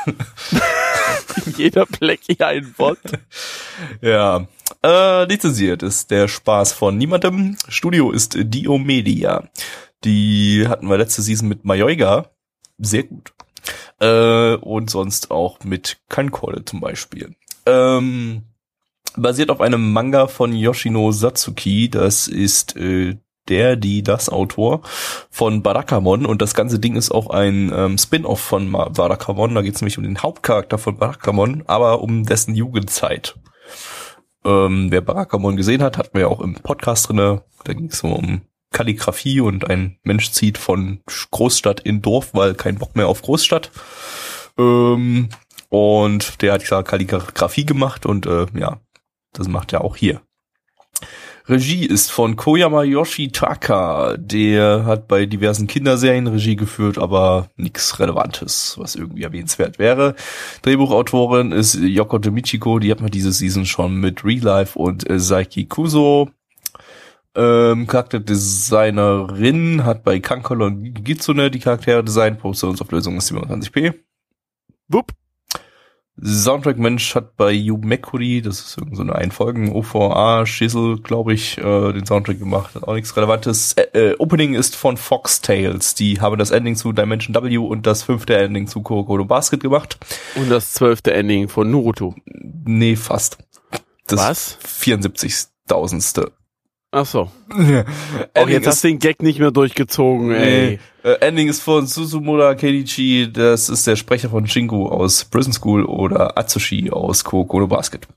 Jeder Blackie ein Wort. Ja. Äh, lizenziert ist der Spaß von niemandem. Studio ist Dio Media. Die hatten wir letzte Season mit Mayoiga. Sehr gut. Äh, und sonst auch mit Kankol zum Beispiel. Ähm, basiert auf einem Manga von Yoshino Satsuki. Das ist äh, der, die, das Autor von Barakamon. Und das ganze Ding ist auch ein ähm, Spin-off von Barakamon. Da geht es nämlich um den Hauptcharakter von Barakamon, aber um dessen Jugendzeit. Ähm, wer Barakamon gesehen hat, hatten wir ja auch im Podcast drinne. Da ging es so um Kalligrafie und ein Mensch zieht von Großstadt in Dorf, weil kein Bock mehr auf Großstadt. Ähm, und der hat ja Kalligrafie gemacht und äh, ja, das macht er auch hier. Regie ist von Koyama Yoshitaka. Der hat bei diversen Kinderserien Regie geführt, aber nichts Relevantes, was irgendwie erwähnenswert wäre. Drehbuchautorin ist Yoko Michiko. Die hat man diese Season schon mit Real Life und äh, Saiki Kuso. Ähm, Charakterdesignerin hat bei Kankol und Gitsune die Charaktere designt. Produktionsauflösung ist siebenundzwanzig p. Wupp. Soundtrack-Mensch hat bei Yu Mekuri, das ist irgend so eine Einfolgen, O V A-Schissel, glaube ich, äh, den Soundtrack gemacht. Hat auch nichts Relevantes. Äh, Opening ist von Fox Tales. Die haben das Ending zu Dimension W und das fünfte Ending zu Kuroko no Basket gemacht. Und das zwölfte Ending von Naruto. Nee, fast. Das Was? vierundsiebzigtausendste. Ach so. Ja. Auch jetzt hast du den Gag nicht mehr durchgezogen, ey. Nee. Äh, Ending ist von Susumura Kenichi, das ist der Sprecher von Shingu aus Prison School oder Atsushi aus Kuroko no Basket.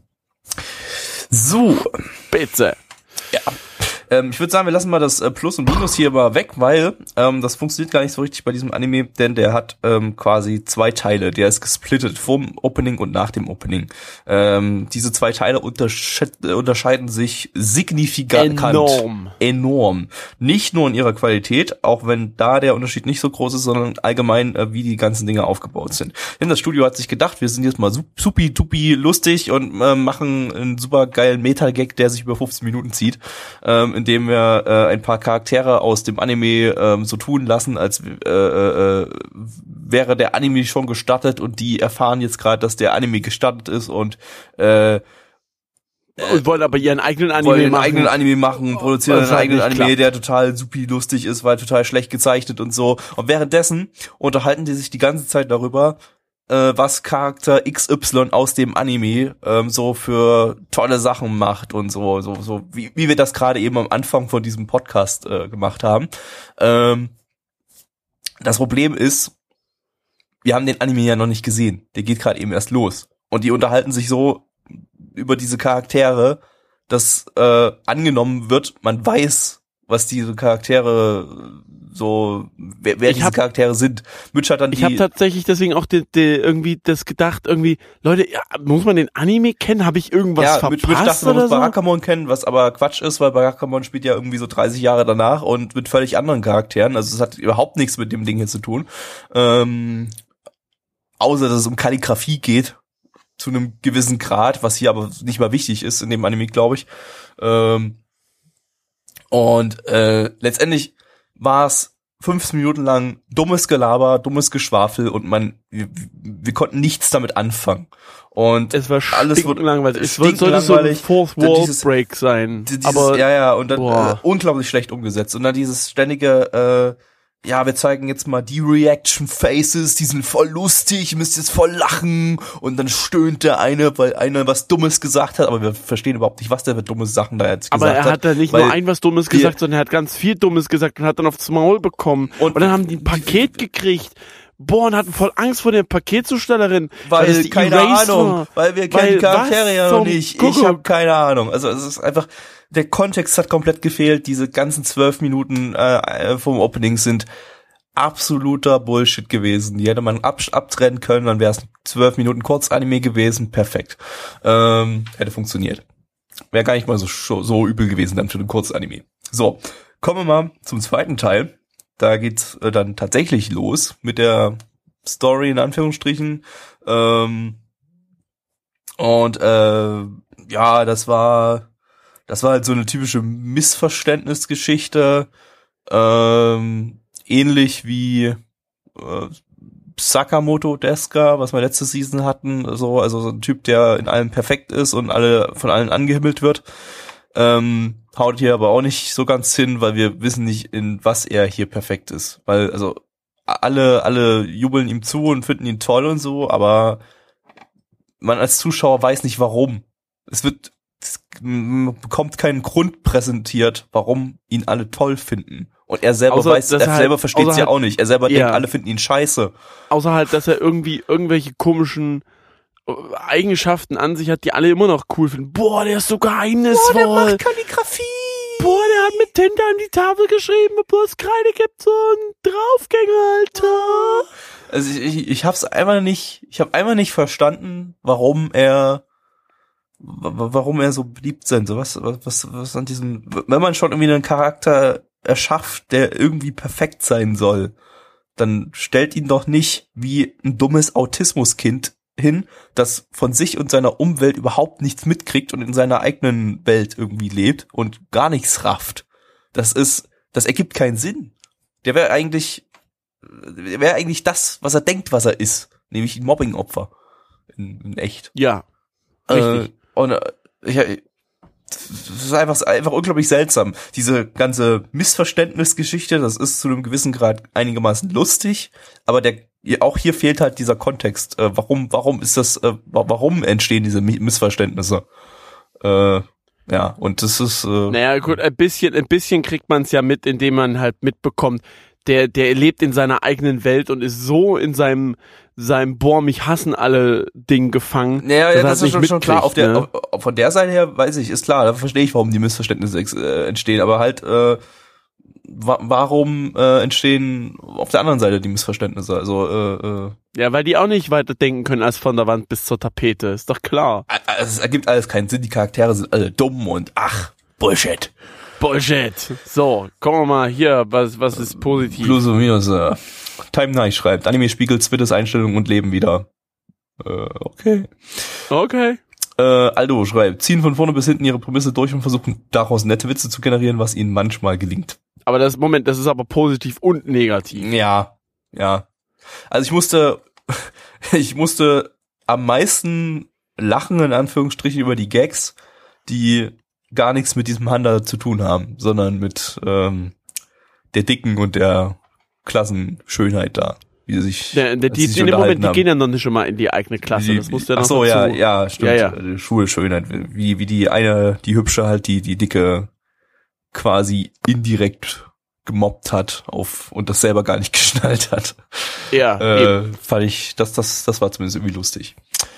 So. Bitte. Ja. Ähm, ich würde sagen, wir lassen mal das äh, Plus und Minus hier mal weg, weil ähm, das funktioniert gar nicht so richtig bei diesem Anime, denn der hat ähm, quasi zwei Teile. Der ist gesplittet vom Opening und nach dem Opening. Ähm, diese zwei Teile untersche- äh, unterscheiden sich signifikant. Enorm. Enorm. Nicht nur in ihrer Qualität, auch wenn da der Unterschied nicht so groß ist, sondern allgemein, äh, wie die ganzen Dinge aufgebaut sind. Denn das Studio hat sich gedacht, wir sind jetzt mal supi-tupi lustig und äh, machen einen super geilen Meta-Gag, der sich über fünfzehn Minuten zieht. Ähm, indem wir äh, ein paar Charaktere aus dem Anime ähm, so tun lassen, als äh, äh, wäre der Anime schon gestartet und die erfahren jetzt gerade, dass der Anime gestartet ist und äh, und wollen aber ihren eigenen Anime wollen ihren machen. eigenen Anime machen, produzieren Was einen halt eigenen nicht Anime, klappt. der total supi lustig ist, weil total schlecht gezeichnet und so. Und währenddessen unterhalten die sich die ganze Zeit darüber, äh, was Charakter X Y aus dem Anime ähm, so für tolle Sachen macht und so, so, so wie, wie wir das gerade eben am Anfang von diesem Podcast äh, gemacht haben. Ähm, das Problem ist, wir haben den Anime ja noch nicht gesehen. Der geht gerade eben erst los. Und die unterhalten sich so über diese Charaktere, dass äh, angenommen wird, man weiß, was diese Charaktere so, wer, wer Ich diese hab- Charaktere sind. Mitch hat dann Ich die, habe tatsächlich deswegen auch die, die, irgendwie das gedacht, irgendwie, Leute, ja, muss man den Anime kennen? Habe ich irgendwas ja, verpasst Mitch, Mitch dachte, man oder muss so? Barakamon kennen, was aber Quatsch ist, weil Barakamon spielt ja irgendwie so dreißig Jahre danach und mit völlig anderen Charakteren. Also es hat überhaupt nichts mit dem Ding hier zu tun. Ähm, außer, dass es um Kalligrafie geht. Zu einem gewissen Grad, was hier aber nicht mal wichtig ist in dem Anime, glaube ich. Ähm, und äh, letztendlich war es fünfzehn Minuten lang dummes Gelaber, dummes Geschwafel und man, wir, wir konnten nichts damit anfangen. Und Es war alles wurde stinklangweilig. Es sollte so ein stinklangweilig. Fourth Dann Wall dieses- Break sein. Dieses, aber ja, ja, und dann boah. äh, unglaublich schlecht umgesetzt. Und dann dieses ständige, äh, ja, wir zeigen jetzt mal die Reaction Faces, die sind voll lustig, ihr müsst jetzt voll lachen. Und dann stöhnt der eine, weil einer was Dummes gesagt hat, aber wir verstehen überhaupt nicht, was der für dumme Sachen da jetzt aber gesagt er hat da nicht weil nur ein was Dummes wir- gesagt, sondern er hat ganz viel Dummes gesagt und hat dann aufs Maul bekommen. Und- Und, dann haben die ein Paket gekriegt. Boah, und hatten voll Angst vor der Paketzustellerin. Weil, das die keine Erased Ahnung, war. weil wir kennen Weil die Charaktere was ja noch zum nicht. Ich Kuckuck? habe keine Ahnung. Also es ist einfach, der Kontext hat komplett gefehlt. Diese ganzen zwölf Minuten äh, vom Opening sind absoluter Bullshit gewesen. Die hätte man ab, abtrennen können, dann wäre es zwölf Minuten Kurzanime gewesen. Perfekt. Ähm, hätte funktioniert. wäre gar nicht mal so, so übel gewesen dann für ein kurzes Anime. So, kommen wir mal zum zweiten Teil. Da geht's äh, dann tatsächlich los mit der Story in Anführungsstrichen. Ähm, und äh, ja, das war das war halt so eine typische Missverständnisgeschichte. Ähm, ähnlich wie äh, Sakamoto Deska, was wir letzte Season hatten, so, also so ein Typ, der in allem perfekt ist und alle von allen angehimmelt wird. Ähm, haut hier aber auch nicht so ganz hin, weil wir wissen nicht, in was er hier perfekt ist. Weil, also, alle, alle jubeln ihm zu und finden ihn toll und so, aber man als Zuschauer weiß nicht warum. Es wird, es bekommt keinen Grund präsentiert, warum ihn alle toll finden. Und er selber außer, weiß, er, er halt, selber versteht es ja halt, auch nicht. Er selber ja. denkt, alle finden ihn scheiße. Außer halt, dass er irgendwie irgendwelche komischen Eigenschaften an sich hat, die alle immer noch cool finden. Boah, der ist so geheimnisvoll. Boah, der macht Kalligrafie. Boah, der hat mit Tinte an die Tafel geschrieben, bevor es Kreide gibt, so ein Draufgänger, Alter. Also ich, ich, ich hab's einmal nicht, ich hab einmal nicht verstanden, warum er, warum er so beliebt sein soll. Was, was, was an diesem, wenn man schon irgendwie einen Charakter erschafft, der irgendwie perfekt sein soll, dann stellt ihn doch nicht wie ein dummes Autismuskind hin, das von sich und seiner Umwelt überhaupt nichts mitkriegt und in seiner eigenen Welt irgendwie lebt und gar nichts rafft. Das ist, das ergibt keinen Sinn. Der wäre eigentlich, der wäre eigentlich das, was er denkt, was er ist, nämlich ein Mobbing-Opfer. In, in echt. Ja, richtig. Äh, und äh, ich, das ist einfach, einfach unglaublich seltsam. Diese ganze Missverständnisgeschichte, das ist zu einem gewissen Grad einigermaßen lustig, aber der auch hier fehlt halt dieser Kontext. Äh, warum, warum ist das, äh, warum entstehen diese Missverständnisse? Äh, ja, und das ist. Äh, naja, gut, ein bisschen, ein bisschen kriegt man es ja mit, indem man halt mitbekommt, der, der lebt in seiner eigenen Welt und ist so in seinem, seinem Boah, mich hassen alle Ding gefangen. Naja, ja, das halt ist schon, schon klar. Auf der, ne? auf, von der Seite her weiß ich, ist klar, da verstehe ich, warum die Missverständnisse äh, entstehen, aber halt, äh, wa- warum äh, entstehen auf der anderen Seite die Missverständnisse? Also, äh, äh, Ja, weil die auch nicht weiter denken können als von der Wand bis zur Tapete, ist doch klar. Also es ergibt alles keinen Sinn, die Charaktere sind alle dumm und ach, Bullshit. Bullshit. So, kommen wir mal hier, was, was ist positiv? Plus und minus, äh, Time Night schreibt, Anime spiegelt Twitters Einstellung und Leben wieder. Äh, okay. Okay. Äh, Aldo schreibt, ziehen von vorne bis hinten ihre Prämisse durch und versuchen daraus nette Witze zu generieren, was ihnen manchmal gelingt. Aber das, Moment, das ist aber positiv und negativ. Ja, ja. Also ich musste, ich musste am meisten lachen, in Anführungsstrichen, über die Gags, die gar nichts mit diesem Handa zu tun haben, sondern mit ähm, der Dicken und der Klassenschönheit da, wie sie sich, Der, der, die, sich in dem Moment, die haben. gehen ja noch nicht schon mal in die eigene Klasse, Die, das musst du ja noch ach so, ja, dazu. ja, stimmt. Ja, ja. Die Schulschönheit, wie wie die eine, die hübsche halt, die die Dicke quasi indirekt gemobbt hat auf und das selber gar nicht geschnallt hat. Ja, äh, eben. fand ich, das das das war zumindest irgendwie lustig.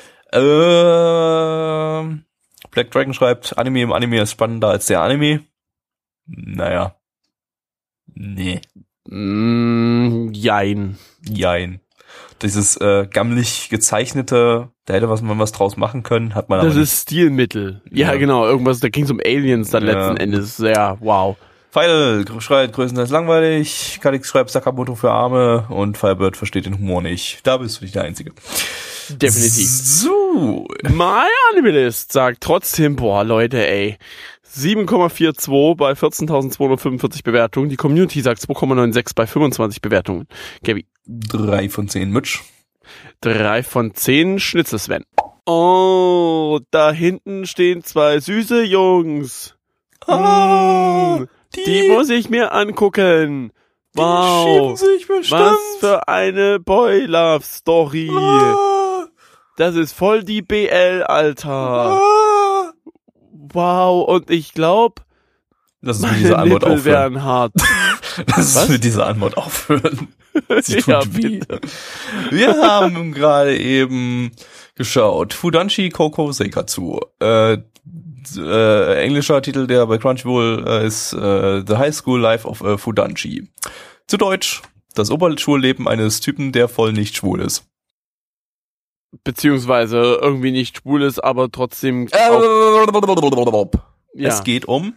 Äh, Black Dragon schreibt, Anime im Anime ist spannender als der Anime. Naja. Nee. Mm, jein. Jein. Dieses äh, gammelig gezeichnete, da hätte was man was draus machen können, hat man Das aber ist Stilmittel. Ja, Ja. genau, irgendwas, da ging's um Aliens dann Ja. letzten Endes. Ja, wow. Pfeil schreit größtenteils langweilig, Kalix schreibt Sakamoto für Arme und Firebird versteht den Humor nicht. Da bist du nicht der Einzige. Definitiv. So. My Anime-List sagt trotzdem, boah, Leute, ey. sieben Komma zweiundvierzig bei vierzehntausendzweihundertfünfundvierzig Bewertungen. Die Community sagt zwei Komma sechsundneunzig bei fünfundzwanzig Bewertungen. Gabi. Drei von zehn Mitch. Drei von zehn Schnitzel Sven. Oh, da hinten stehen zwei süße Jungs. Ah, Mm, die muss ich mir angucken. Wow. sich bestimmt. Was für eine Boy-Love-Story. Ah, Das ist voll die B L, Alter. ah. Wow, und ich glaube, Lass uns mit meine dieser Antwort Nippel aufhören. wären hart. Lass uns Was? mit dieser Antwort aufhören. Sie tut Ja, weh. bitte. Wir haben gerade eben geschaut. Fudanshi Koko Seikatsu. Äh, äh, englischer Titel, der bei Crunchyroll äh, ist äh, The High School Life of äh, Fudanshi. Zu Deutsch, das Oberschulleben eines Typen, der voll nicht schwul ist. Beziehungsweise irgendwie nicht schwul ist, aber trotzdem Äh, auch, ja. Es geht um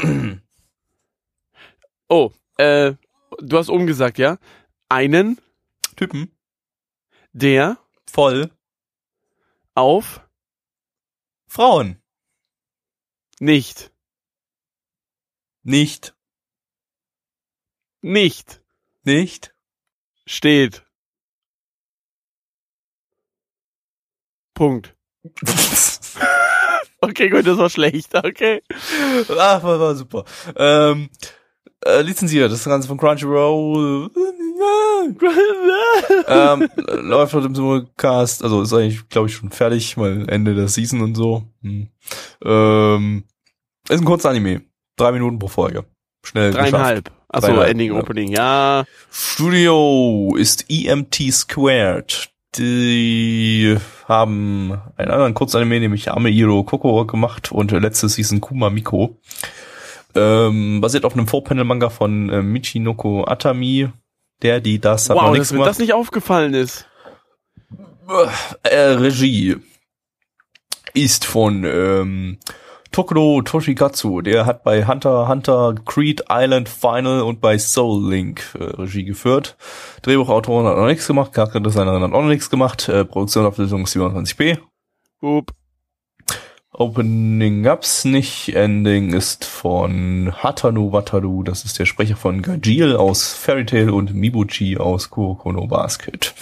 Oh, äh, du hast umgesagt, ja? Einen, Typen der voll auf Frauen. nicht, Nicht. nicht Nicht. steht. Punkt. Okay, gut, das war schlecht, okay. Ach, war, war super. Ähm, äh, lizenziert, das Ganze von Crunchyroll. ähm, läuft heute im Simulcast, also ist eigentlich, glaube ich, schon fertig, weil Ende der Season und so. Hm. Ähm, ist ein kurzer Anime. Drei Minuten pro Folge. Schnell Dreieinhalb. geschafft. Achso, Dreieinhalb, Ending, ja. Opening, ja. Studio ist E M T Squared. Die haben einen anderen Kurzanime, nämlich Ameiro Koko gemacht und letzte Season Kuma Miko. Ähm, basiert auf einem Four-Panel-Manga von äh, Michinoko Atami. Der, die, das hat Wow, noch dass nichts mir gemacht. das nicht aufgefallen ist. Äh, Regie ist von ähm, Tokuro Toshikatsu. Der hat bei Hunter x Hunter, Creed Island Final und bei Soul Link äh, Regie geführt. Drehbuchautorin hat noch nichts gemacht, Charakterdesignerin hat auch noch nichts gemacht. Äh, Produktion auf Lösung siebenundzwanzig p. Up. Opening gab's nicht. Ending ist von Hatano Wataru. Das ist der Sprecher von Gajeel aus Fairy Tail und Mibuchi aus Kuroko no Basket.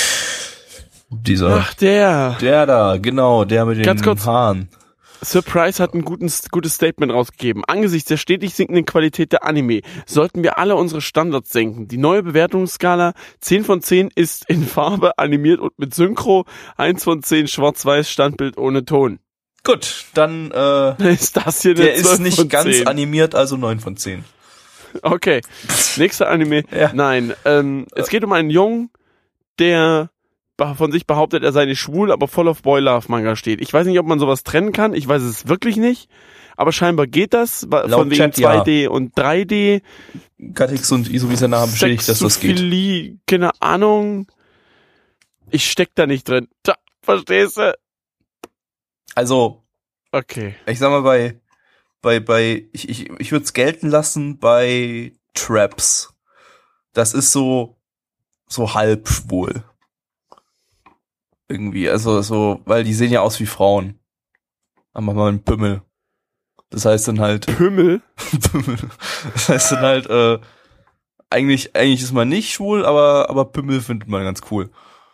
Dieser, Ach, der. der da, genau, der mit den Ganz kurz. Haaren. Surprise hat ein gutes, gutes Statement rausgegeben. Angesichts der stetig sinkenden Qualität der Anime sollten wir alle unsere Standards senken. Die neue Bewertungsskala zehn von zehn ist in Farbe, animiert und mit Synchro, eins von zehn schwarz-weiß Standbild ohne Ton. Gut, dann äh, Ist das hier eine der ist zwölf nicht von ganz zehn? animiert, also neun von zehn. Okay, nächster Anime. Ja. Nein, ähm, es geht um einen Jungen, der von sich behauptet, er sei nicht schwul, aber voll auf Boy-Love-Manga steht. Ich weiß nicht, ob man sowas trennen kann. Ich weiß es wirklich nicht. Aber scheinbar geht das, wa- Laut von wegen Chat, ja. zwei D und drei D. Katix und Isovisana haben bestätigt, dass das geht. Sexophilie, keine Ahnung. Ich steck da nicht drin. Tja, verstehst du? Also, Okay. ich sag mal, bei, bei, bei, ich, ich, ich würde es gelten lassen bei Traps. Das ist so, so halb schwul. Irgendwie, also so, weil die sehen ja aus wie Frauen. Aber mal einen Pimmel. Das heißt dann halt, Pümmel? Pimmel. Das heißt dann halt, äh, eigentlich, eigentlich ist man nicht schwul, aber, aber Pimmel findet man ganz cool.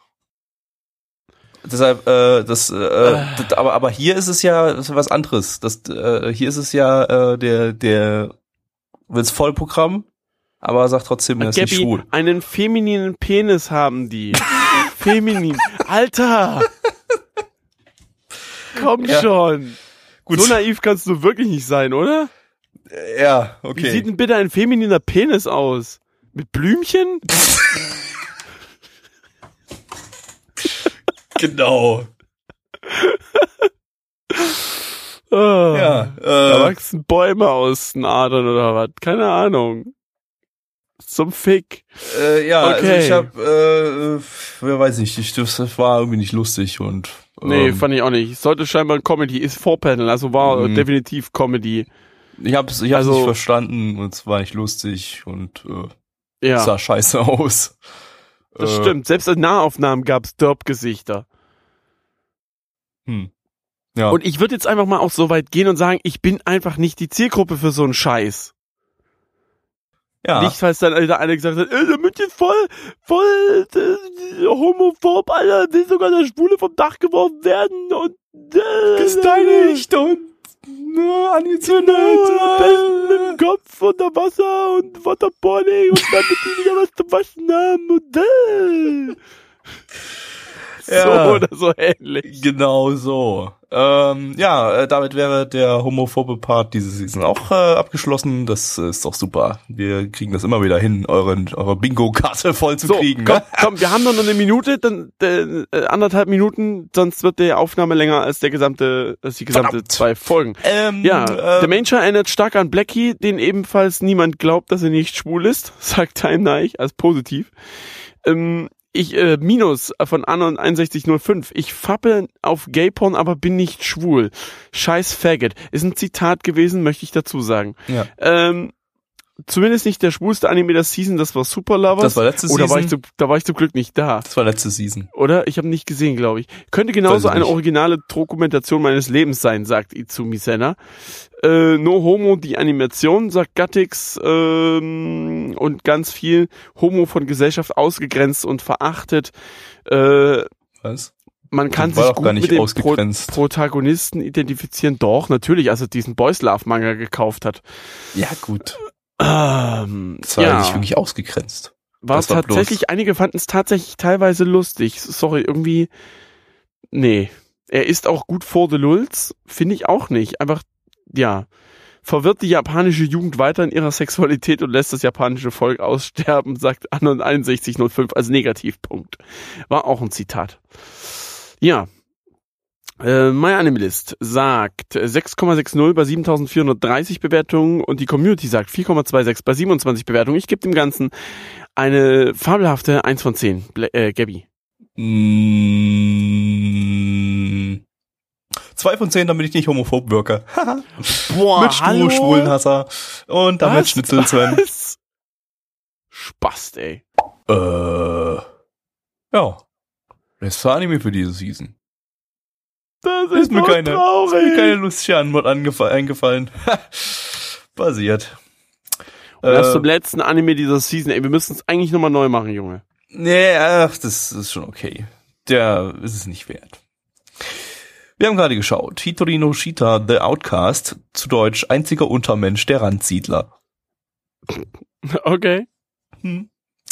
Deshalb, äh, das, äh, das, aber, aber hier ist es ja, das ist was anderes. Das, äh, hier ist es ja, äh, der, der will's Vollprogramm, aber sagt trotzdem, er ist nicht Gabby, schwul. einen femininen Penis haben die. Feminin. Alter! Komm Ja. schon. Gut. So naiv kannst du wirklich nicht sein, oder? Ja, Wie okay. sieht denn bitte ein femininer Penis aus? Mit Blümchen? Genau. Oh, Ja, Da äh, wachsen Bäume aus den Adern oder was? Keine Ahnung. Zum Fick. äh, ja, Okay. also ich hab, äh, wer weiß nicht, ich, das war irgendwie nicht lustig und, Nee, ähm, fand ich auch nicht. Sollte scheinbar ein Comedy, ist Four-Panel, also war Mhm. definitiv Comedy. ich hab's, ich hab's also- nicht verstanden und es war nicht lustig und, äh, Ja, sah scheiße aus. das äh, stimmt. Selbst in Nahaufnahmen gab's Derp-Gesichter. Hm. Ja. Und ich würde jetzt einfach mal auch so weit gehen und sagen, ich bin einfach nicht die Zielgruppe für so einen Scheiß. ja. Nicht, falls dann der eine gesagt hat, äh, der München ist voll, voll äh, homophob, Alter, will sogar der Schwule vom Dach geworfen werden und äh, gesteinigt und ne, angezündet. am besten mit dem Kopf unter Wasser und Waterboarding und damit die wieder was zu waschen haben und äh. Ja. So oder so ähnlich. Genau so. Ähm, ja, äh, damit wäre der homophobe Part diese Season auch äh, abgeschlossen. Das ist doch super. Wir kriegen das immer wieder hin, euren, eure Bingo-Karte voll zu So, kriegen. komm, Ne? komm, wir haben noch eine Minute, dann äh, äh, anderthalb Minuten, sonst wird die Aufnahme länger als der gesamte, als die gesamte Verdammt. zwei Folgen. Ähm, Ja, äh, der Mensch erinnert stark an Blackie, den ebenfalls niemand glaubt, dass er nicht schwul ist, sagt Time Neich als positiv. Ähm, Ich, äh, Minus von Anon einundsechzig null fünf. Ich fappe auf Gayporn, aber bin nicht schwul. Scheiß Faggot. Ist ein Zitat gewesen, möchte ich dazu sagen. Ja. Ähm, zumindest nicht der schwulste Anime der Season, das war Super Lovers. Das war letzte Oder Season. war ich zu, da war ich zum Glück nicht da. Das war letzte Season. Oder? Ich habe nicht gesehen, glaube ich. Könnte genauso Weiß ich eine nicht. originale Dokumentation meines Lebens sein, sagt Izumi Senna. Äh, No Homo, die Animation, sagt Gattix, ähm, und ganz viel Homo von Gesellschaft ausgegrenzt und verachtet. Äh, Was? man kann Das war sich doch gar gut nicht mit dem Pro ausgegrenzt. Protagonisten identifizieren. Doch, natürlich, als er diesen Boys Love Manga gekauft hat. Ja, gut. Ähm, Das war ja. nicht wirklich ausgegrenzt. War es Das war tatsächlich, bloß- einige fanden es tatsächlich teilweise lustig. Sorry, irgendwie, nee. Er ist auch gut vor the Lulz, finde ich auch nicht. Einfach, ja, verwirrt die japanische Jugend weiter in ihrer Sexualität und lässt das japanische Volk aussterben, sagt Anon einundsechzig null fünf als Negativpunkt. War auch ein Zitat. Ja. Äh, MyAnimeList sagt sechs Komma sechzig bei siebentausendvierhundertdreißig Bewertungen und die Community sagt vier Komma sechsundzwanzig bei siebenundzwanzig Bewertungen. Ich gebe dem Ganzen eine fabelhafte eins von zehn. Bla äh, Gabby. Mm, zwei von zehn, damit ich nicht homophob wirke. Boah, Mit Stu, Schwulenhasser. Und damit Was? Schnitzel Sven. Was? Spast, ey. Äh, ja. Das war Anime für diese Season. Das Ist mir doch keine, ist traurig. mir keine lustige Antwort angefa- eingefallen. Passiert. Und das Äh, zum letzten Anime dieser Season. Ey, wir müssen es eigentlich nochmal neu machen, Junge. Nee, ach, das ist schon okay. Der ist es nicht wert. Wir haben gerade geschaut. Hitori no Shita, The Outcast, zu Deutsch einziger Untermensch, der Randsiedler. Okay. Hm.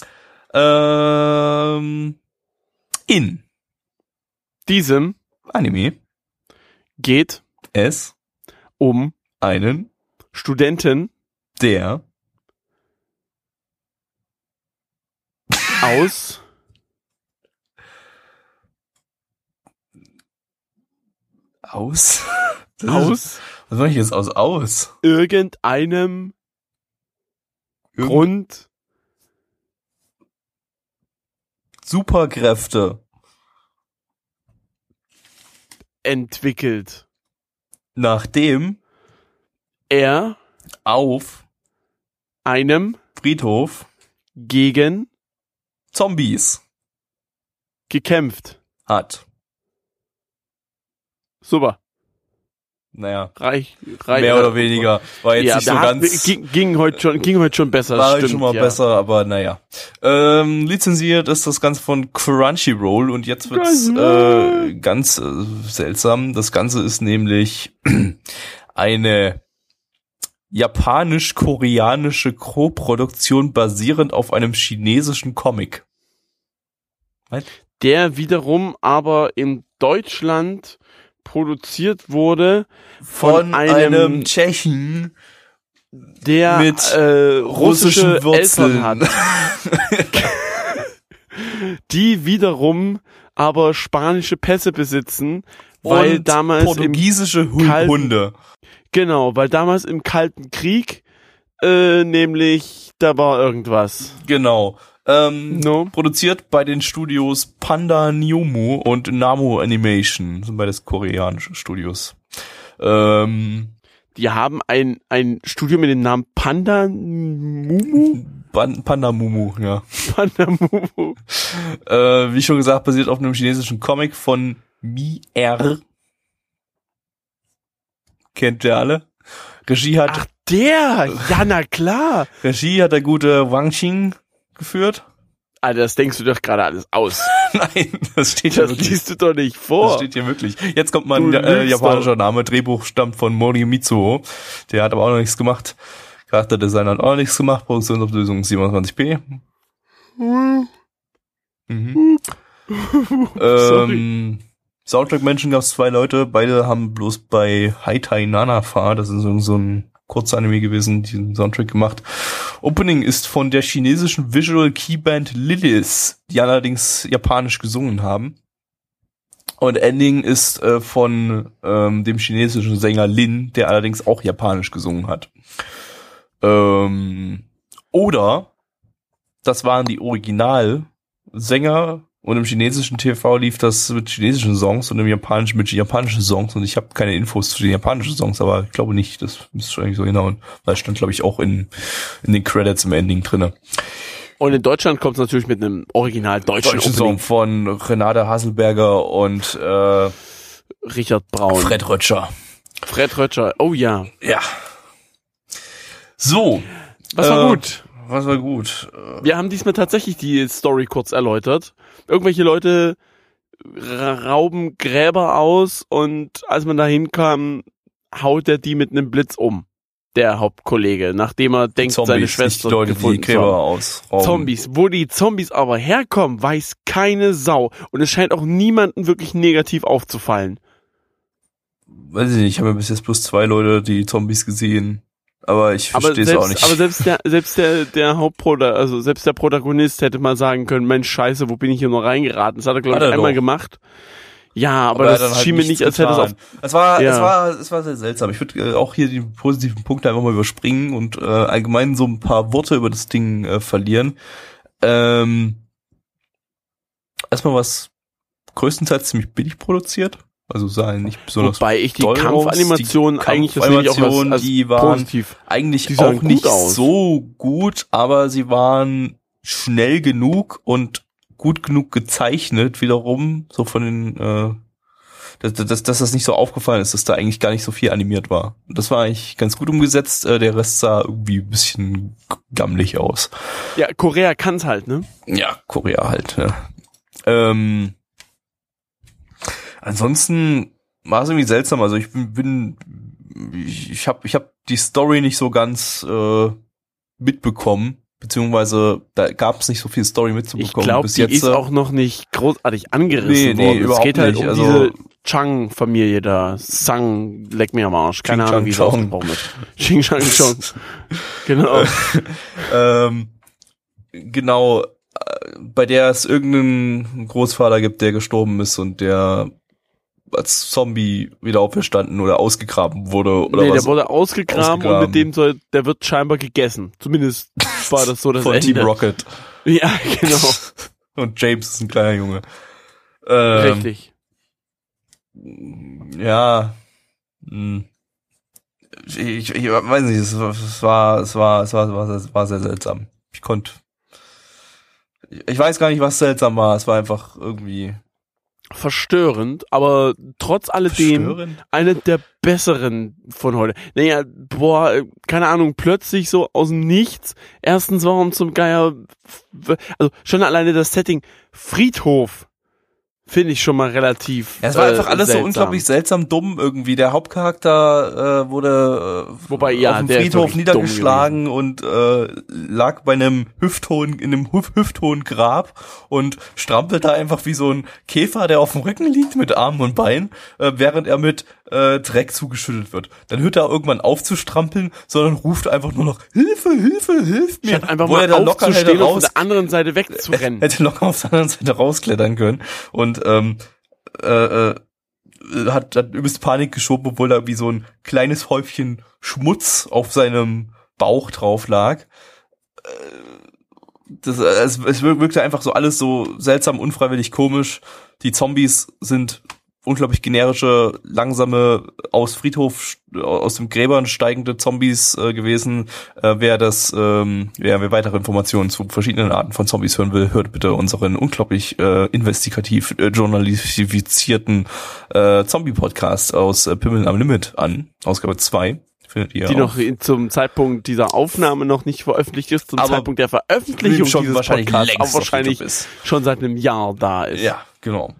Ähm, in Diesem Anime geht es um einen, Studenten der aus aus, das ist, aus was soll ich jetzt aus aus? irgendeinem Irgend- Grund Superkräfte entwickelt. nachdem Er auf einem Friedhof gegen Zombies gekämpft. hat. Super. Naja, Reich, reich mehr oder weniger. War jetzt ja, nicht so da hat- ganz... ging, ging heute schon, ging heute schon besser. War stimmt, schon mal ja. besser, aber naja. Ähm, lizenziert ist das Ganze von Crunchyroll und jetzt wird's äh, ganz äh, seltsam. Das Ganze ist nämlich eine japanisch-koreanische Co-Produktion basierend auf einem chinesischen Comic. Der wiederum aber in Deutschland produziert wurde von, Von einem, einem Tschechen der mit äh, russische russischen Wurzeln. Eltern hat. Die wiederum aber spanische Pässe besitzen, weil und damals im portugiesische Hu- Kalten- Hunde. genau, weil damals im Kalten Krieg äh, nämlich da war irgendwas. Genau. Ähm, No? Produziert bei den Studios Panda Nyomu und Namo Animation. Das sind beides koreanische Studios. Ähm, Die haben ein ein Studio mit dem Namen Panda Mumu? Ban- Panda Mumu, ja. Panda Mumu. Äh, wie schon gesagt, basiert auf einem chinesischen Comic von Mi R. Kennt ihr alle? Regie hat, Ach, der! Ja, na klar! Regie hat der gute Wang Xing geführt. Alter, das denkst du doch gerade alles aus. Nein, das steht hier Das wirklich. liest du doch nicht Das vor. steht hier wirklich. Jetzt kommt mal ein Du äh, lügst japanischer Name. Drehbuch stammt von Mori Mitsuo. Der hat aber auch noch nichts gemacht. Charakterdesign hat auch noch nichts gemacht. Produktionsauflösung siebenundzwanzig p. Mhm. Sorry. ähm, Soundtrack-Menschen gab es zwei Leute. Beide haben bloß bei Haitai Nanafa, das ist so, so ein kurzer Anime gewesen, diesen Soundtrack gemacht. Opening ist von der chinesischen Visual Keyband Lilith, die allerdings japanisch gesungen haben. Und Ending ist äh, von ähm, dem chinesischen Sänger Lin, der allerdings auch japanisch gesungen hat. Ähm, oder das waren die Original Sänger und im chinesischen T V lief das mit chinesischen Songs und im japanischen mit japanischen Songs und ich habe keine Infos zu den japanischen Songs, aber ich glaube nicht, das müsste schon eigentlich so hinhauen. Weil es stand, glaube ich, auch in in den Credits im Ending drinne. Und in Deutschland kommt es natürlich mit einem original deutschen, deutschen Song von Renate Hasselberger und äh, Richard Braun. Fred Rötscher. Fred Rötscher, oh ja. Ja. So. Was war äh, gut? Was war gut? Wir haben diesmal tatsächlich die Story kurz erläutert. Irgendwelche Leute rauben Gräber aus und als man da hinkam, haut er die mit einem Blitz um. Der Hauptkollege, nachdem er denkt, Zombies, seine Schwester nicht Leute, gefunden die Gräber zu haben. ausrauben. Zombies. Wo die Zombies aber herkommen, weiß keine Sau. Und es scheint auch niemanden wirklich negativ aufzufallen. Weiß ich nicht, ich habe ja bis jetzt bloß zwei Leute, die Zombies gesehen. Aber ich verstehe es auch nicht. Aber selbst der, selbst der, der Hauptprotagonist, also selbst der Protagonist hätte mal sagen können, Mensch, scheiße, wo bin ich hier nur reingeraten? Das hat er, glaube ich, einmal doch. gemacht. Ja, aber, aber das schien mir nicht, als hätte es auf... Es war, ja. es war, es war sehr seltsam. Ich würde äh, auch hier die positiven Punkte einfach mal überspringen und äh, allgemein so ein paar Worte über das Ding äh, verlieren. Ähm, erstmal was größtenteils ziemlich billig produziert. Also sahen nicht besonders Wobei ich die doll Kampfanimationen aus. eigentlich, das nehme ich auch als, als die waren positiv. eigentlich die auch nicht aus. so gut, aber sie waren schnell genug und gut genug gezeichnet wiederum, so von den, äh, dass, dass, dass das nicht so aufgefallen ist, dass da eigentlich gar nicht so viel animiert war. Das war eigentlich ganz gut umgesetzt, äh, der Rest sah irgendwie ein bisschen gammelig aus. Ja, Korea kann's halt, ne? Ja, Korea halt, ja. Ähm, ansonsten war es irgendwie seltsam, also ich bin, bin ich, ich habe ich hab die Story nicht so ganz äh, mitbekommen. Beziehungsweise da gab es nicht so viel Story mitzubekommen. Ich glaube, die jetzt, ist auch noch nicht großartig angerissen nee, nee, worden. Es überhaupt geht halt nicht. um Also, diese Chang-Familie da. Sang, leck mir am Arsch. Keine Ahnung, wie es ausgesprochen wird. Ching Chang Chong. Genau. ähm, genau, bei der es irgendeinen Großvater gibt, der gestorben ist und der als Zombie wieder auferstanden oder ausgegraben wurde oder nee, was? der wurde ausgegraben, ausgegraben und mit dem soll, der wird scheinbar gegessen. Zumindest war das so das Von Ende. Team Rocket. Ja, genau. Und James ist ein kleiner Junge. Ähm, Richtig. Ja. Ich, ich, ich weiß nicht, es war, es war, es war, es war, es war, es war sehr seltsam. Ich konnte, ich weiß gar nicht, was seltsam war. Es war einfach irgendwie verstörend, aber trotz alledem eine der besseren von heute. Naja, boah, keine Ahnung, plötzlich so aus dem Nichts. Erstens, warum zum Geier, also schon alleine das Setting Friedhof finde ich schon mal relativ ja, es war äh, einfach alles seltsam. So unglaublich seltsam dumm irgendwie. Der Hauptcharakter äh, wurde äh, Wobei, ja, auf dem der Friedhof niedergeschlagen und äh, lag bei einem hüfthohen, in einem hüf- hüfthohen Grab und strampelt da einfach wie so ein Käfer, der auf dem Rücken liegt mit Armen und Beinen, äh, während er mit äh, Dreck zugeschüttet wird. Dann hört er irgendwann auf zu strampeln, sondern ruft einfach nur noch Hilfe, Hilfe, hilf mir. Statt einfach Wo mal er da locker aufzustehen hätte raus, und von der anderen Seite wegzurennen. hätte locker auf der anderen Seite rausklettern können und ähm, äh, äh, hat, hat übelst Panik geschoben, obwohl da wie so ein kleines Häufchen Schmutz auf seinem Bauch drauf lag. Das, es, es wirkte einfach so alles so seltsam, unfreiwillig komisch. Die Zombies sind unglaublich generische, langsame, aus Friedhof, aus dem Gräbern steigende Zombies äh, gewesen. Äh, wer das, ähm, wer, wer weitere Informationen zu verschiedenen Arten von Zombies hören will, hört bitte unseren unglaublich äh, investigativ äh, journalisierten äh, Zombie-Podcast aus äh, Pimmeln am Limit an, Ausgabe zwei. Findet ihr die auch. noch in, zum Zeitpunkt dieser Aufnahme noch nicht veröffentlicht ist, zum aber Zeitpunkt der Veröffentlichung schon dieses wahrscheinlich Podcasts längst auch wahrscheinlich ist. schon seit einem Jahr da ist. Ja, genau.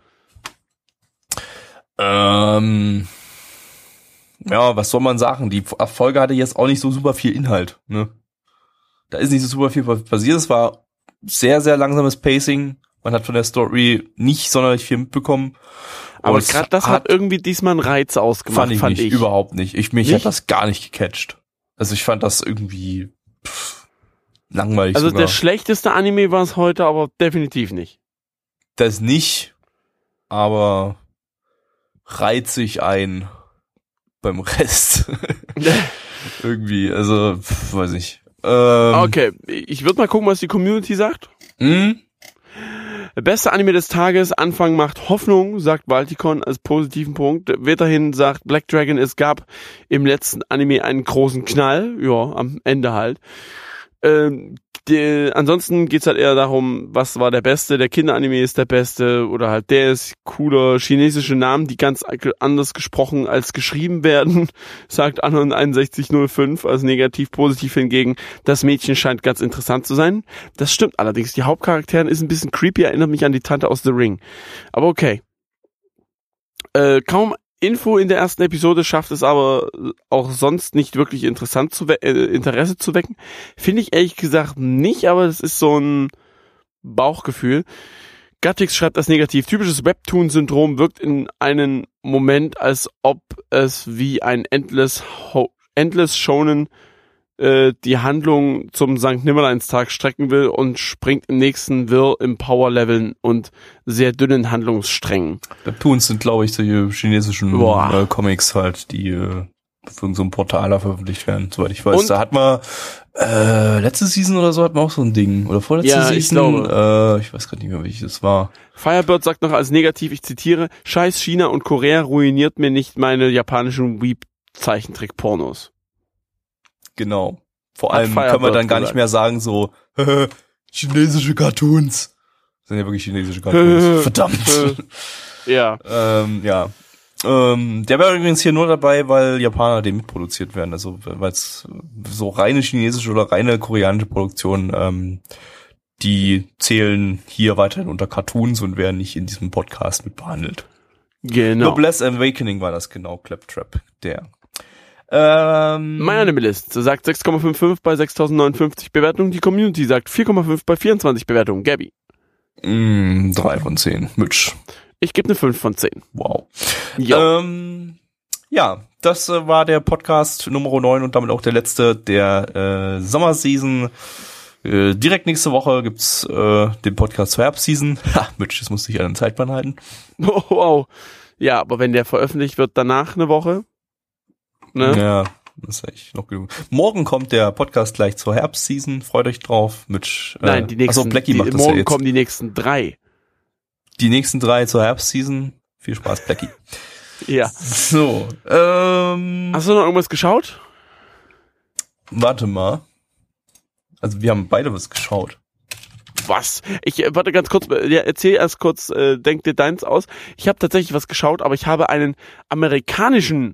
Ähm, ja, was soll man sagen? Die Folge hatte jetzt auch nicht so super viel Inhalt, ne? Da ist nicht so super viel passiert. Es war sehr, sehr langsames Pacing. Man hat von der Story nicht sonderlich viel mitbekommen. Aber gerade das hat, hat irgendwie diesmal einen Reiz ausgemacht, fand ich fand nicht, ich. Überhaupt nicht. Ich, mich nicht? hat das gar nicht gecatcht. Also ich fand das irgendwie pff, langweilig Also sogar. der schlechteste Anime war es heute, aber definitiv nicht. Das nicht, aber reiht sich ein beim Rest. Irgendwie, also, pf, weiß ich. Ähm, Okay, ich würde mal gucken, was die Community sagt. Hm? Beste Anime des Tages, Anfang macht Hoffnung, sagt Balticon als positiven Punkt. Weiterhin sagt Black Dragon, es gab im letzten Anime einen großen Knall. Ja, am Ende halt. Ähm, die, ansonsten geht's halt eher darum, was war der Beste, der Kinderanime ist der Beste oder halt der ist cooler, chinesische Namen, die ganz anders gesprochen als geschrieben werden, sagt Anon einundsechzig null fünf als negativ, positiv hingegen, das Mädchen scheint ganz interessant zu sein. Das stimmt allerdings, die Hauptcharakterin ist ein bisschen creepy, erinnert mich an die Tante aus The Ring. Aber okay. Äh, kaum Info in der ersten Episode, schafft es aber auch sonst nicht wirklich interessant zu we- äh, Interesse zu wecken. Finde ich ehrlich gesagt nicht, aber das ist so ein Bauchgefühl. Gattix schreibt das negativ. Typisches Webtoon-Syndrom wirkt in einem Moment, als ob es wie ein Endless, Ho- Endless Shonen äh, die Handlung zum Sankt Nimmerleinstag strecken will und springt im nächsten Wirr im Power-Leveln und sehr dünnen Handlungssträngen. Webtoons sind, glaube ich, solche chinesischen äh, Comics halt, die äh, für so ein Portal veröffentlicht werden, soweit ich weiß. Und da hat man äh, letzte Season oder so hat man auch so ein Ding. Oder vorletzte ja, Season. Ich, glaube. Äh, ich weiß gar nicht mehr, welches es war. Firebird sagt noch als negativ, ich zitiere, Scheiß China und Korea ruiniert mir nicht meine japanischen Weeb-Zeichentrick-Pornos. Genau. Vor allem können wir dann gar nicht mehr sagen so, chinesische Cartoons. Das sind ja wirklich chinesische Cartoons. Verdammt. Ja. ähm, ja. Ähm, der wäre übrigens hier nur dabei, weil Japaner den mitproduziert werden. Also weil es so reine chinesische oder reine koreanische Produktion, ähm, die zählen hier weiterhin unter Cartoons und werden nicht in diesem Podcast mit behandelt. Genau. Noblesse Awakening war das genau, Claptrap, der. Ähm, Mein Anime-List sagt sechs Komma fünfundfünfzig bei sechstausendneunundfünfzig Bewertungen. Die Community sagt vier Komma fünf bei vierundzwanzig Bewertungen. Gabby. Mm, drei von zehn. Mitch. Ich gebe eine fünf von zehn. Wow. Ähm, ja, das äh, war der Podcast Nummer neun und damit auch der letzte der äh, Sommerseason. Äh, direkt nächste Woche gibt's äh, den Podcast zur Herbstseason. Ha, Mitch, das musste ich an den Zeitplan halten. Oh, wow. Ja, aber wenn der veröffentlicht wird, danach eine Woche. Ne? Ja, das ist echt noch genug. Morgen kommt der Podcast gleich zur Herbstseason. Freut euch drauf. Mit, äh, Nein, die nächsten, achso, Blackie die, macht das morgen ja jetzt. kommen die nächsten drei. Die nächsten drei zur Herbstseason. Viel Spaß, Blackie. Ja. So, ähm. Hast du noch irgendwas geschaut? Warte mal. Also wir haben beide was geschaut. Was? Ich äh, warte ganz kurz, ja, erzähl erst kurz, äh, denk dir deins aus. Ich habe tatsächlich was geschaut, aber ich habe einen amerikanischen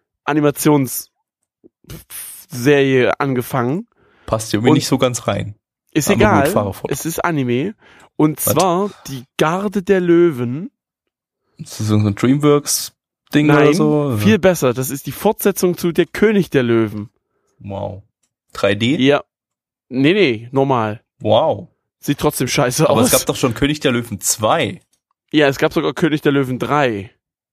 Animationsserie angefangen. Passt irgendwie nicht so ganz rein. Ist Aber egal, gut, fahre fort. es ist Anime. Und Was? zwar die Garde der Löwen. Ist das so ein Dreamworks-Ding Nein, oder so? viel besser. Das ist die Fortsetzung zu Der König der Löwen. Wow. drei D? Ja. Nee, nee, normal. Wow. Sieht trotzdem scheiße Aber aus. es gab doch schon König der Löwen zwei. Ja, es gab sogar König der Löwen drei.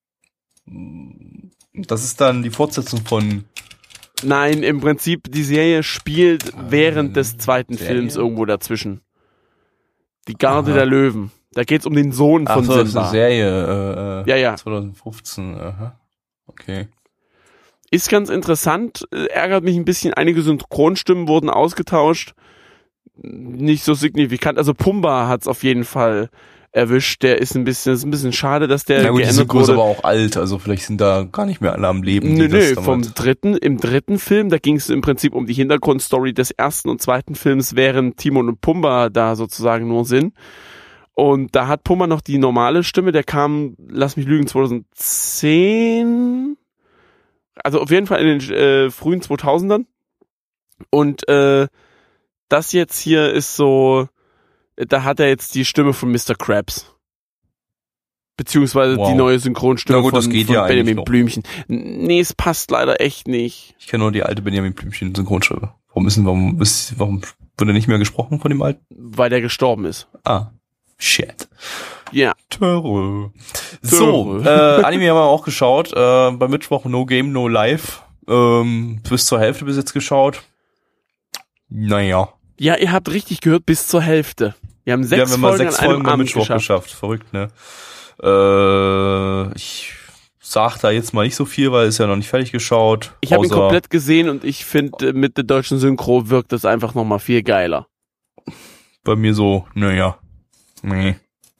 Das ist dann die Fortsetzung von... Nein, im Prinzip, die Serie spielt Ähm, während des zweiten Serie? Films irgendwo dazwischen. Die Garde Aha. der Löwen. Da geht's um den Sohn von Ach so, das ist Simba. eine Serie. Äh, Ja, ja. zwanzig fünfzehn. Aha. Okay. Ist ganz interessant, äh, ärgert mich ein bisschen. Einige Synchronstimmen wurden ausgetauscht. Nicht so signifikant. Also Pumba hat's auf jeden Fall erwischt. Der ist ein bisschen, ist ein bisschen schade, dass der Na gut, die geändert Synchro ist wurde. aber auch alt, also vielleicht sind da gar nicht mehr alle am Leben. Nö, die das nö, vom damals- dritten, im dritten Film, da ging es im Prinzip um die Hintergrundstory des ersten und zweiten Films, während Timon und Pumba da sozusagen nur sind. Und da hat Pumba noch die normale Stimme, der kam, lass mich lügen, zweitausendzehn, also auf jeden Fall in den äh, frühen zweitausendern. Und äh, das jetzt hier ist so, da hat er jetzt die Stimme von Mister Krabs. Beziehungsweise Wow. die neue Synchronstimme Na gut, von, das geht von ja eigentlich Benjamin noch. Blümchen. Nee, es passt leider echt nicht. Ich kenne nur die alte Benjamin Blümchen Synchronstimme. Warum ist denn, warum ist, warum wird er nicht mehr gesprochen von dem alten? Weil der gestorben ist. Ah. Shit. Ja. Törö. So, äh, Anime haben wir auch geschaut. Äh, bei Mittwoch No Game, No Life. Ähm, bis zur Hälfte bis jetzt geschaut. Naja. Ja, ihr habt richtig gehört, bis zur Hälfte. Wir haben sechs Wir haben mal Folgen sechs an einem Folgen am Abend Mittwoch geschafft. geschafft. Verrückt, ne? Äh, ich sag da jetzt mal nicht so viel, weil es ja noch nicht fertig geschaut. Ich habe ihn Außer- komplett gesehen und ich finde, mit der deutschen Synchro wirkt das einfach nochmal viel geiler. Bei mir so, naja. Nee.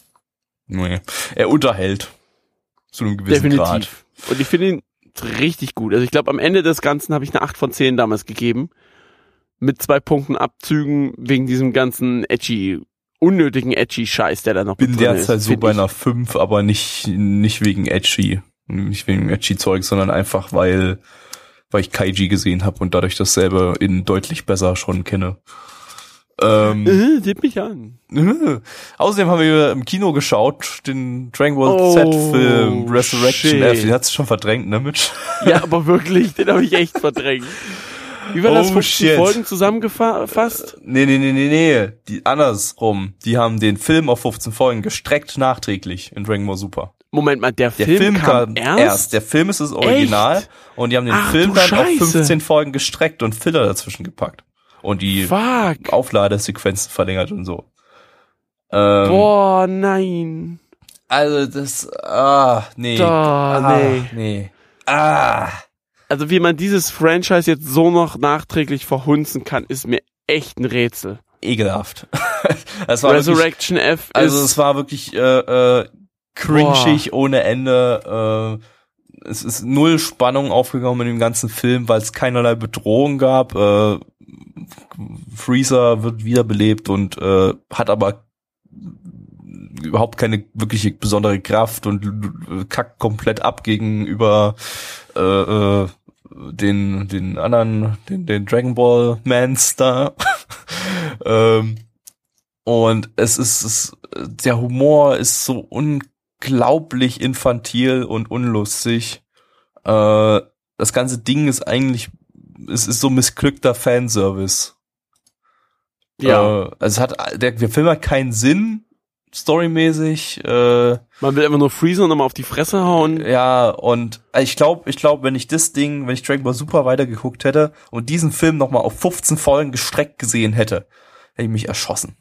Nee. Er unterhält. Zu einem gewissen Definitiv. Grad. Und ich finde ihn richtig gut. Also ich glaube, am Ende des Ganzen habe ich eine acht von zehn damals gegeben. Mit zwei Punkten Abzügen wegen diesem ganzen edgy, unnötigen edgy Scheiß, der da noch Bin mit drin derzeit ist, so find bei ich. einer fünf, aber nicht, nicht wegen edgy. Nicht wegen edgy Zeug, sondern einfach, weil, weil ich Kaiji gesehen habe und dadurch dasselbe in deutlich besser schon kenne. Ähm, Äh, Seht mich an. äh. Außerdem haben wir im Kino geschaut, den Dragon Ball Oh, Z-Film Resurrection shit. F. Den hat's schon verdrängt, ne, Mitch? Ja, aber wirklich, den habe ich echt verdrängt. Wie war das? Oh, fünfzehn shit. Folgen zusammengefasst? Nee, nee, nee, nee, nee. Die, andersrum. Die haben den Film auf fünfzehn Folgen gestreckt nachträglich in Dragon Ball Super. Moment mal, der, Der Film, Film, kam, kam erst? erst. Der Film ist das Original. Echt? Und die haben den Ach, Film du dann auf Scheiße. fünfzehn Folgen gestreckt und Filler dazwischen gepackt. Und die Fuck. Aufladesequenzen verlängert und so. Ähm, Boah, nein. Also das, ah, nee. Da, ah, nee. nee. Ah. Also wie man dieses Franchise jetzt so noch nachträglich verhunzen kann, ist mir echt ein Rätsel. Ekelhaft. Das war wirklich, Resurrection F also ist... es war wirklich äh, äh, cringig ohne Ende. Äh, es ist null Spannung aufgekommen in dem ganzen Film, weil es keinerlei Bedrohung gab. Äh, Freezer wird wiederbelebt und äh, hat aber überhaupt keine wirkliche besondere Kraft und kackt komplett ab gegenüber äh, äh, den den anderen, den, den Dragon Ball Mans da. ähm, und es ist, es, der Humor ist so unglaublich infantil und unlustig. Äh, das ganze Ding ist eigentlich, es ist so missglückter Fanservice. Ja, Äh, also es hat, der, der Film hat keinen Sinn, storymäßig. Äh, man will einfach nur Freezer und nochmal auf die Fresse hauen. ja, und ich glaube, ich glaube, wenn ich das Ding, wenn ich Dragon Ball Super weitergeguckt hätte und diesen Film nochmal auf fünfzehn Folgen gestreckt gesehen hätte, hätte ich mich erschossen.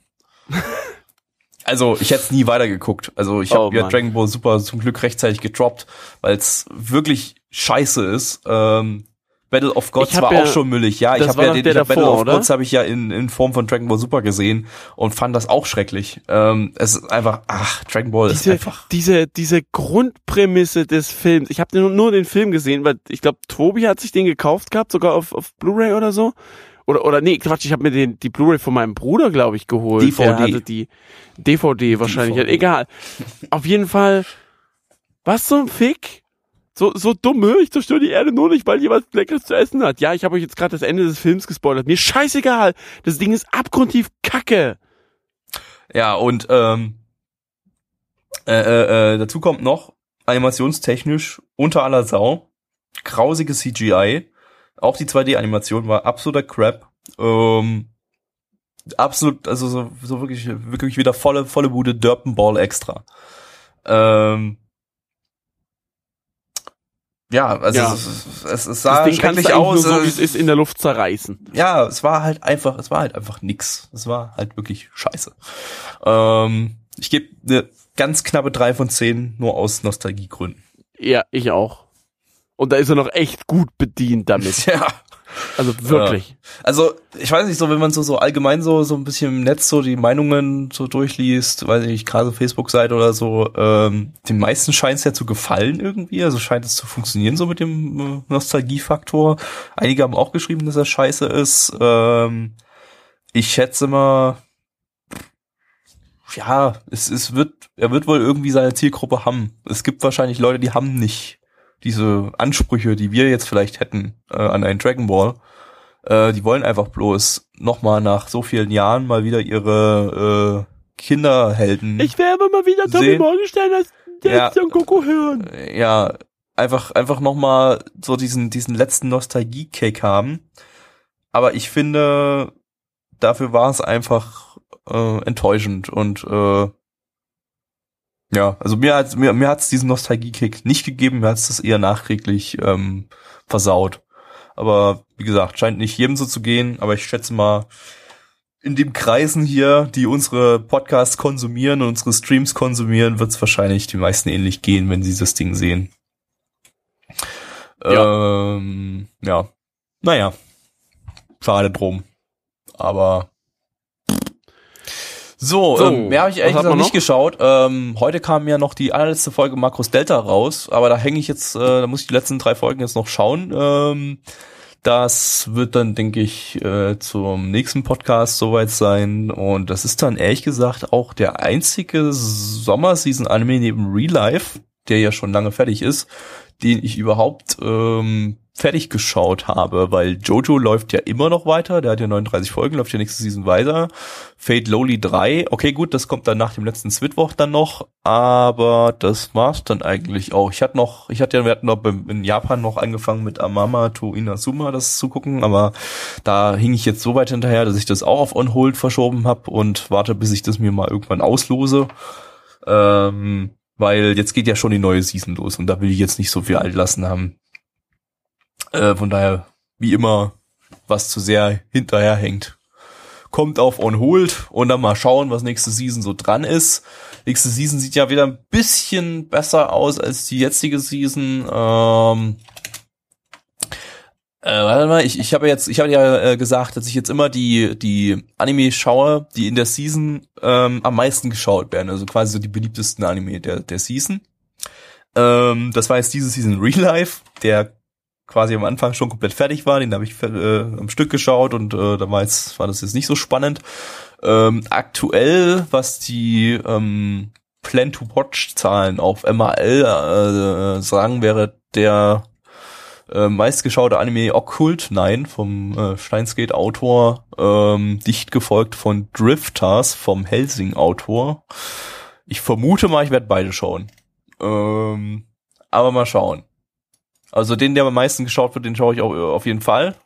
Also, ich hätte es nie weitergeguckt. Also, ich habe Oh, ja Mann. Dragon Ball Super zum Glück rechtzeitig gedroppt, weil es wirklich scheiße ist. Ähm, Battle of Gods Ich hab war ja- auch schon müllig. Ja, ich das habe war ja doch den der ich hab Battle davor, of oder? Gods habe ich ja in, in Form von Dragon Ball Super gesehen und fand das auch schrecklich. Ähm, es ist einfach, ach, Dragon Ball ist Diese, einfach. diese, diese Grundprämisse des Films. Ich habe nur, nur den Film gesehen, weil ich glaube, Tobi hat sich den gekauft gehabt, sogar auf, auf Blu-ray oder so. Oder, oder nee, Quatsch, ich habe mir den, die Blu-ray von meinem Bruder, glaube ich, geholt. D V D. Der hatte die D V D wahrscheinlich. D V D. Egal. Auf jeden Fall, was zum Fick? So, so dumme, ich zerstöre die Erde nur nicht, weil jemand Leckeres zu essen hat. Ja, ich habe euch jetzt gerade das Ende des Films gespoilert. Mir scheißegal. Das Ding ist abgrundtief kacke. Ja, und ähm, äh, äh, äh, dazu kommt noch, animationstechnisch unter aller Sau, grausiges C G I, auch die zwei D-Animation war absoluter Crap, ähm, absolut, also so, so wirklich, wirklich wieder volle, volle Bude Derpenball extra. Ähm, ja, also Ja. Es, es, es Das sah Ding kannst schrecklich du eigentlich aus. nur so, äh, wie es ist, in der Luft zerreißen. ja, es war halt einfach, es war halt einfach nix. Es war halt wirklich scheiße. Ähm, ich gebe eine ganz knappe drei von zehn, nur aus Nostalgiegründen. Ja, ich auch. Und da ist er noch echt gut bedient damit. Ja. Also wirklich. Also, ich weiß nicht, so wenn man so so allgemein so so ein bisschen im Netz so die Meinungen so durchliest, weiß ich nicht, gerade Facebook-Seite oder so, ähm, den meisten scheint es ja zu gefallen irgendwie, also scheint es zu funktionieren so mit dem äh, Nostalgiefaktor. Einige haben auch geschrieben, dass er scheiße ist. Ähm, ich schätze mal, ja, es, es wird, er wird wohl irgendwie seine Zielgruppe haben. Es gibt wahrscheinlich Leute, die haben nicht diese Ansprüche, die wir jetzt vielleicht hätten äh, an einen Dragon Ball. Äh, die wollen einfach bloß nochmal nach so vielen Jahren mal wieder ihre äh, Kinderhelden. Ich wäre aber mal wieder Tommy Sehen. Morgenstern als Ja. der Goku hören. Äh, ja, einfach einfach nochmal so diesen diesen letzten Nostalgie-Kick haben. Aber ich finde, dafür war es einfach äh, enttäuschend und äh, ja, also mir hat mir mir hat's diesen Nostalgie-Kick nicht gegeben, mir hat's das eher nachträglich ähm, versaut. Aber wie gesagt, scheint nicht jedem so zu gehen, aber ich schätze mal, in den Kreisen hier, die unsere Podcasts konsumieren und unsere Streams konsumieren, wird's wahrscheinlich die meisten ähnlich gehen, wenn sie das Ding sehen. Ja. Ähm, ja. Naja. Schade drum. Aber So, So, ähm, mehr habe ich ehrlich was hat gesagt man nicht noch? geschaut. Ähm, heute kam ja noch die allerletzte Folge Macross Delta raus, aber da hänge ich jetzt, äh, da muss ich die letzten drei Folgen jetzt noch schauen. Ähm, das wird dann, denke ich, äh, zum nächsten Podcast soweit sein. Und das ist dann ehrlich gesagt auch der einzige Sommerseason-Anime neben Real Life, der ja schon lange fertig ist, den ich überhaupt ähm, fertig geschaut habe, weil Jojo läuft ja immer noch weiter, der hat ja neununddreißig Folgen, läuft ja nächste Season weiter. Fate Lowly drei, okay gut, das kommt dann nach dem letzten Switwoch dann noch, aber das war's dann eigentlich auch. Ich hatte noch, ich hatte ja, wir hatten noch in Japan noch angefangen mit Amama to Inazuma das zu gucken, aber da hing ich jetzt so weit hinterher, dass ich das auch auf On Hold verschoben habe und warte, bis ich das mir mal irgendwann auslose. Ähm, weil jetzt geht ja schon die neue Season los und da will ich jetzt nicht so viel altlassen haben. Äh, von daher, wie immer, was zu sehr hinterherhängt. Kommt auf On Hold und dann mal schauen, was nächste Season so dran ist. Nächste Season sieht ja wieder ein bisschen besser aus als die jetzige Season. Ähm, äh, warte mal, ich, ich habe jetzt, ich habe ja äh, gesagt, dass ich jetzt immer die die Anime schaue, die in der Season ähm, am meisten geschaut werden. Also quasi so die beliebtesten Anime der der Season. Ähm, das war jetzt diese Season Real Life, der quasi am Anfang schon komplett fertig war, den habe ich äh, am Stück geschaut und äh, da war, jetzt, war das jetzt nicht so spannend. Ähm, aktuell, was die ähm, Plan-to-Watch-Zahlen auf M A L äh, sagen, wäre der äh, meistgeschaute Anime Occult Nine vom äh, Steins-Gate-Autor, ähm, dicht gefolgt von Drifters vom Hellsing-Autor. Ich vermute mal, ich werde beide schauen. Ähm, aber mal schauen. Also den, der am meisten geschaut wird, den schaue ich auch auf jeden Fall.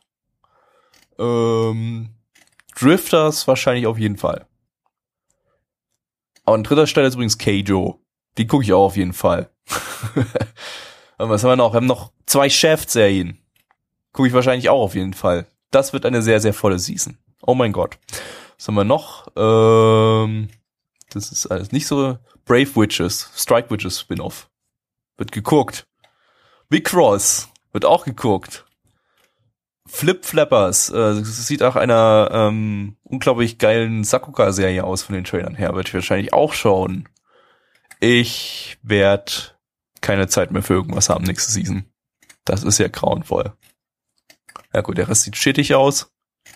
Ähm, Drifters wahrscheinlich auf jeden Fall. Aber an dritter Stelle ist übrigens Keijo. Die gucke ich auch auf jeden Fall. Und was haben wir noch? Wir haben noch zwei Shaft-Serien. Gucke ich wahrscheinlich auch auf jeden Fall. Das wird eine sehr, sehr volle Season. Oh mein Gott. Was haben wir noch? Ähm, das ist alles nicht so. Brave Witches, Strike Witches Spin-Off. Wird geguckt. Big Cross wird auch geguckt. Flip Flappers, äh, das sieht auch einer ähm, unglaublich geilen Sakuga-Serie aus von den Trailern her, wird ich wahrscheinlich auch schauen. Ich werde keine Zeit mehr für irgendwas haben nächste Season. Das ist ja grauenvoll. Ja gut, der Rest sieht shittig aus.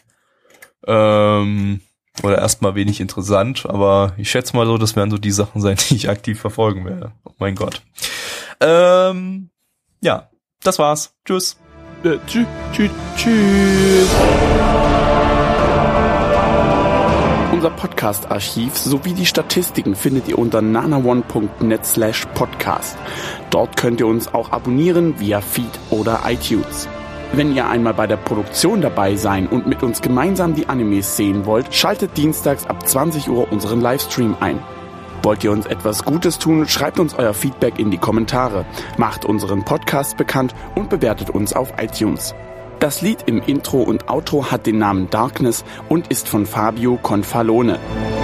Ähm, oder erstmal wenig interessant, aber ich schätze mal so, das werden so die Sachen sein, die ich aktiv verfolgen werde. Oh mein Gott. Ähm, ja, das war's. Tschüss. Äh, tschüss, tschüss, tschüss. Unser Podcast-Archiv sowie die Statistiken findet ihr unter nanaone punkt net slash podcast. Dort könnt ihr uns auch abonnieren via Feed oder iTunes. Wenn ihr einmal bei der Produktion dabei sein und mit uns gemeinsam die Animes sehen wollt, schaltet dienstags ab zwanzig Uhr unseren Livestream ein. Wollt ihr uns etwas Gutes tun, schreibt uns euer Feedback in die Kommentare, macht unseren Podcast bekannt und bewertet uns auf iTunes. Das Lied im Intro und Outro hat den Namen Darkness und ist von Fabio Confalone.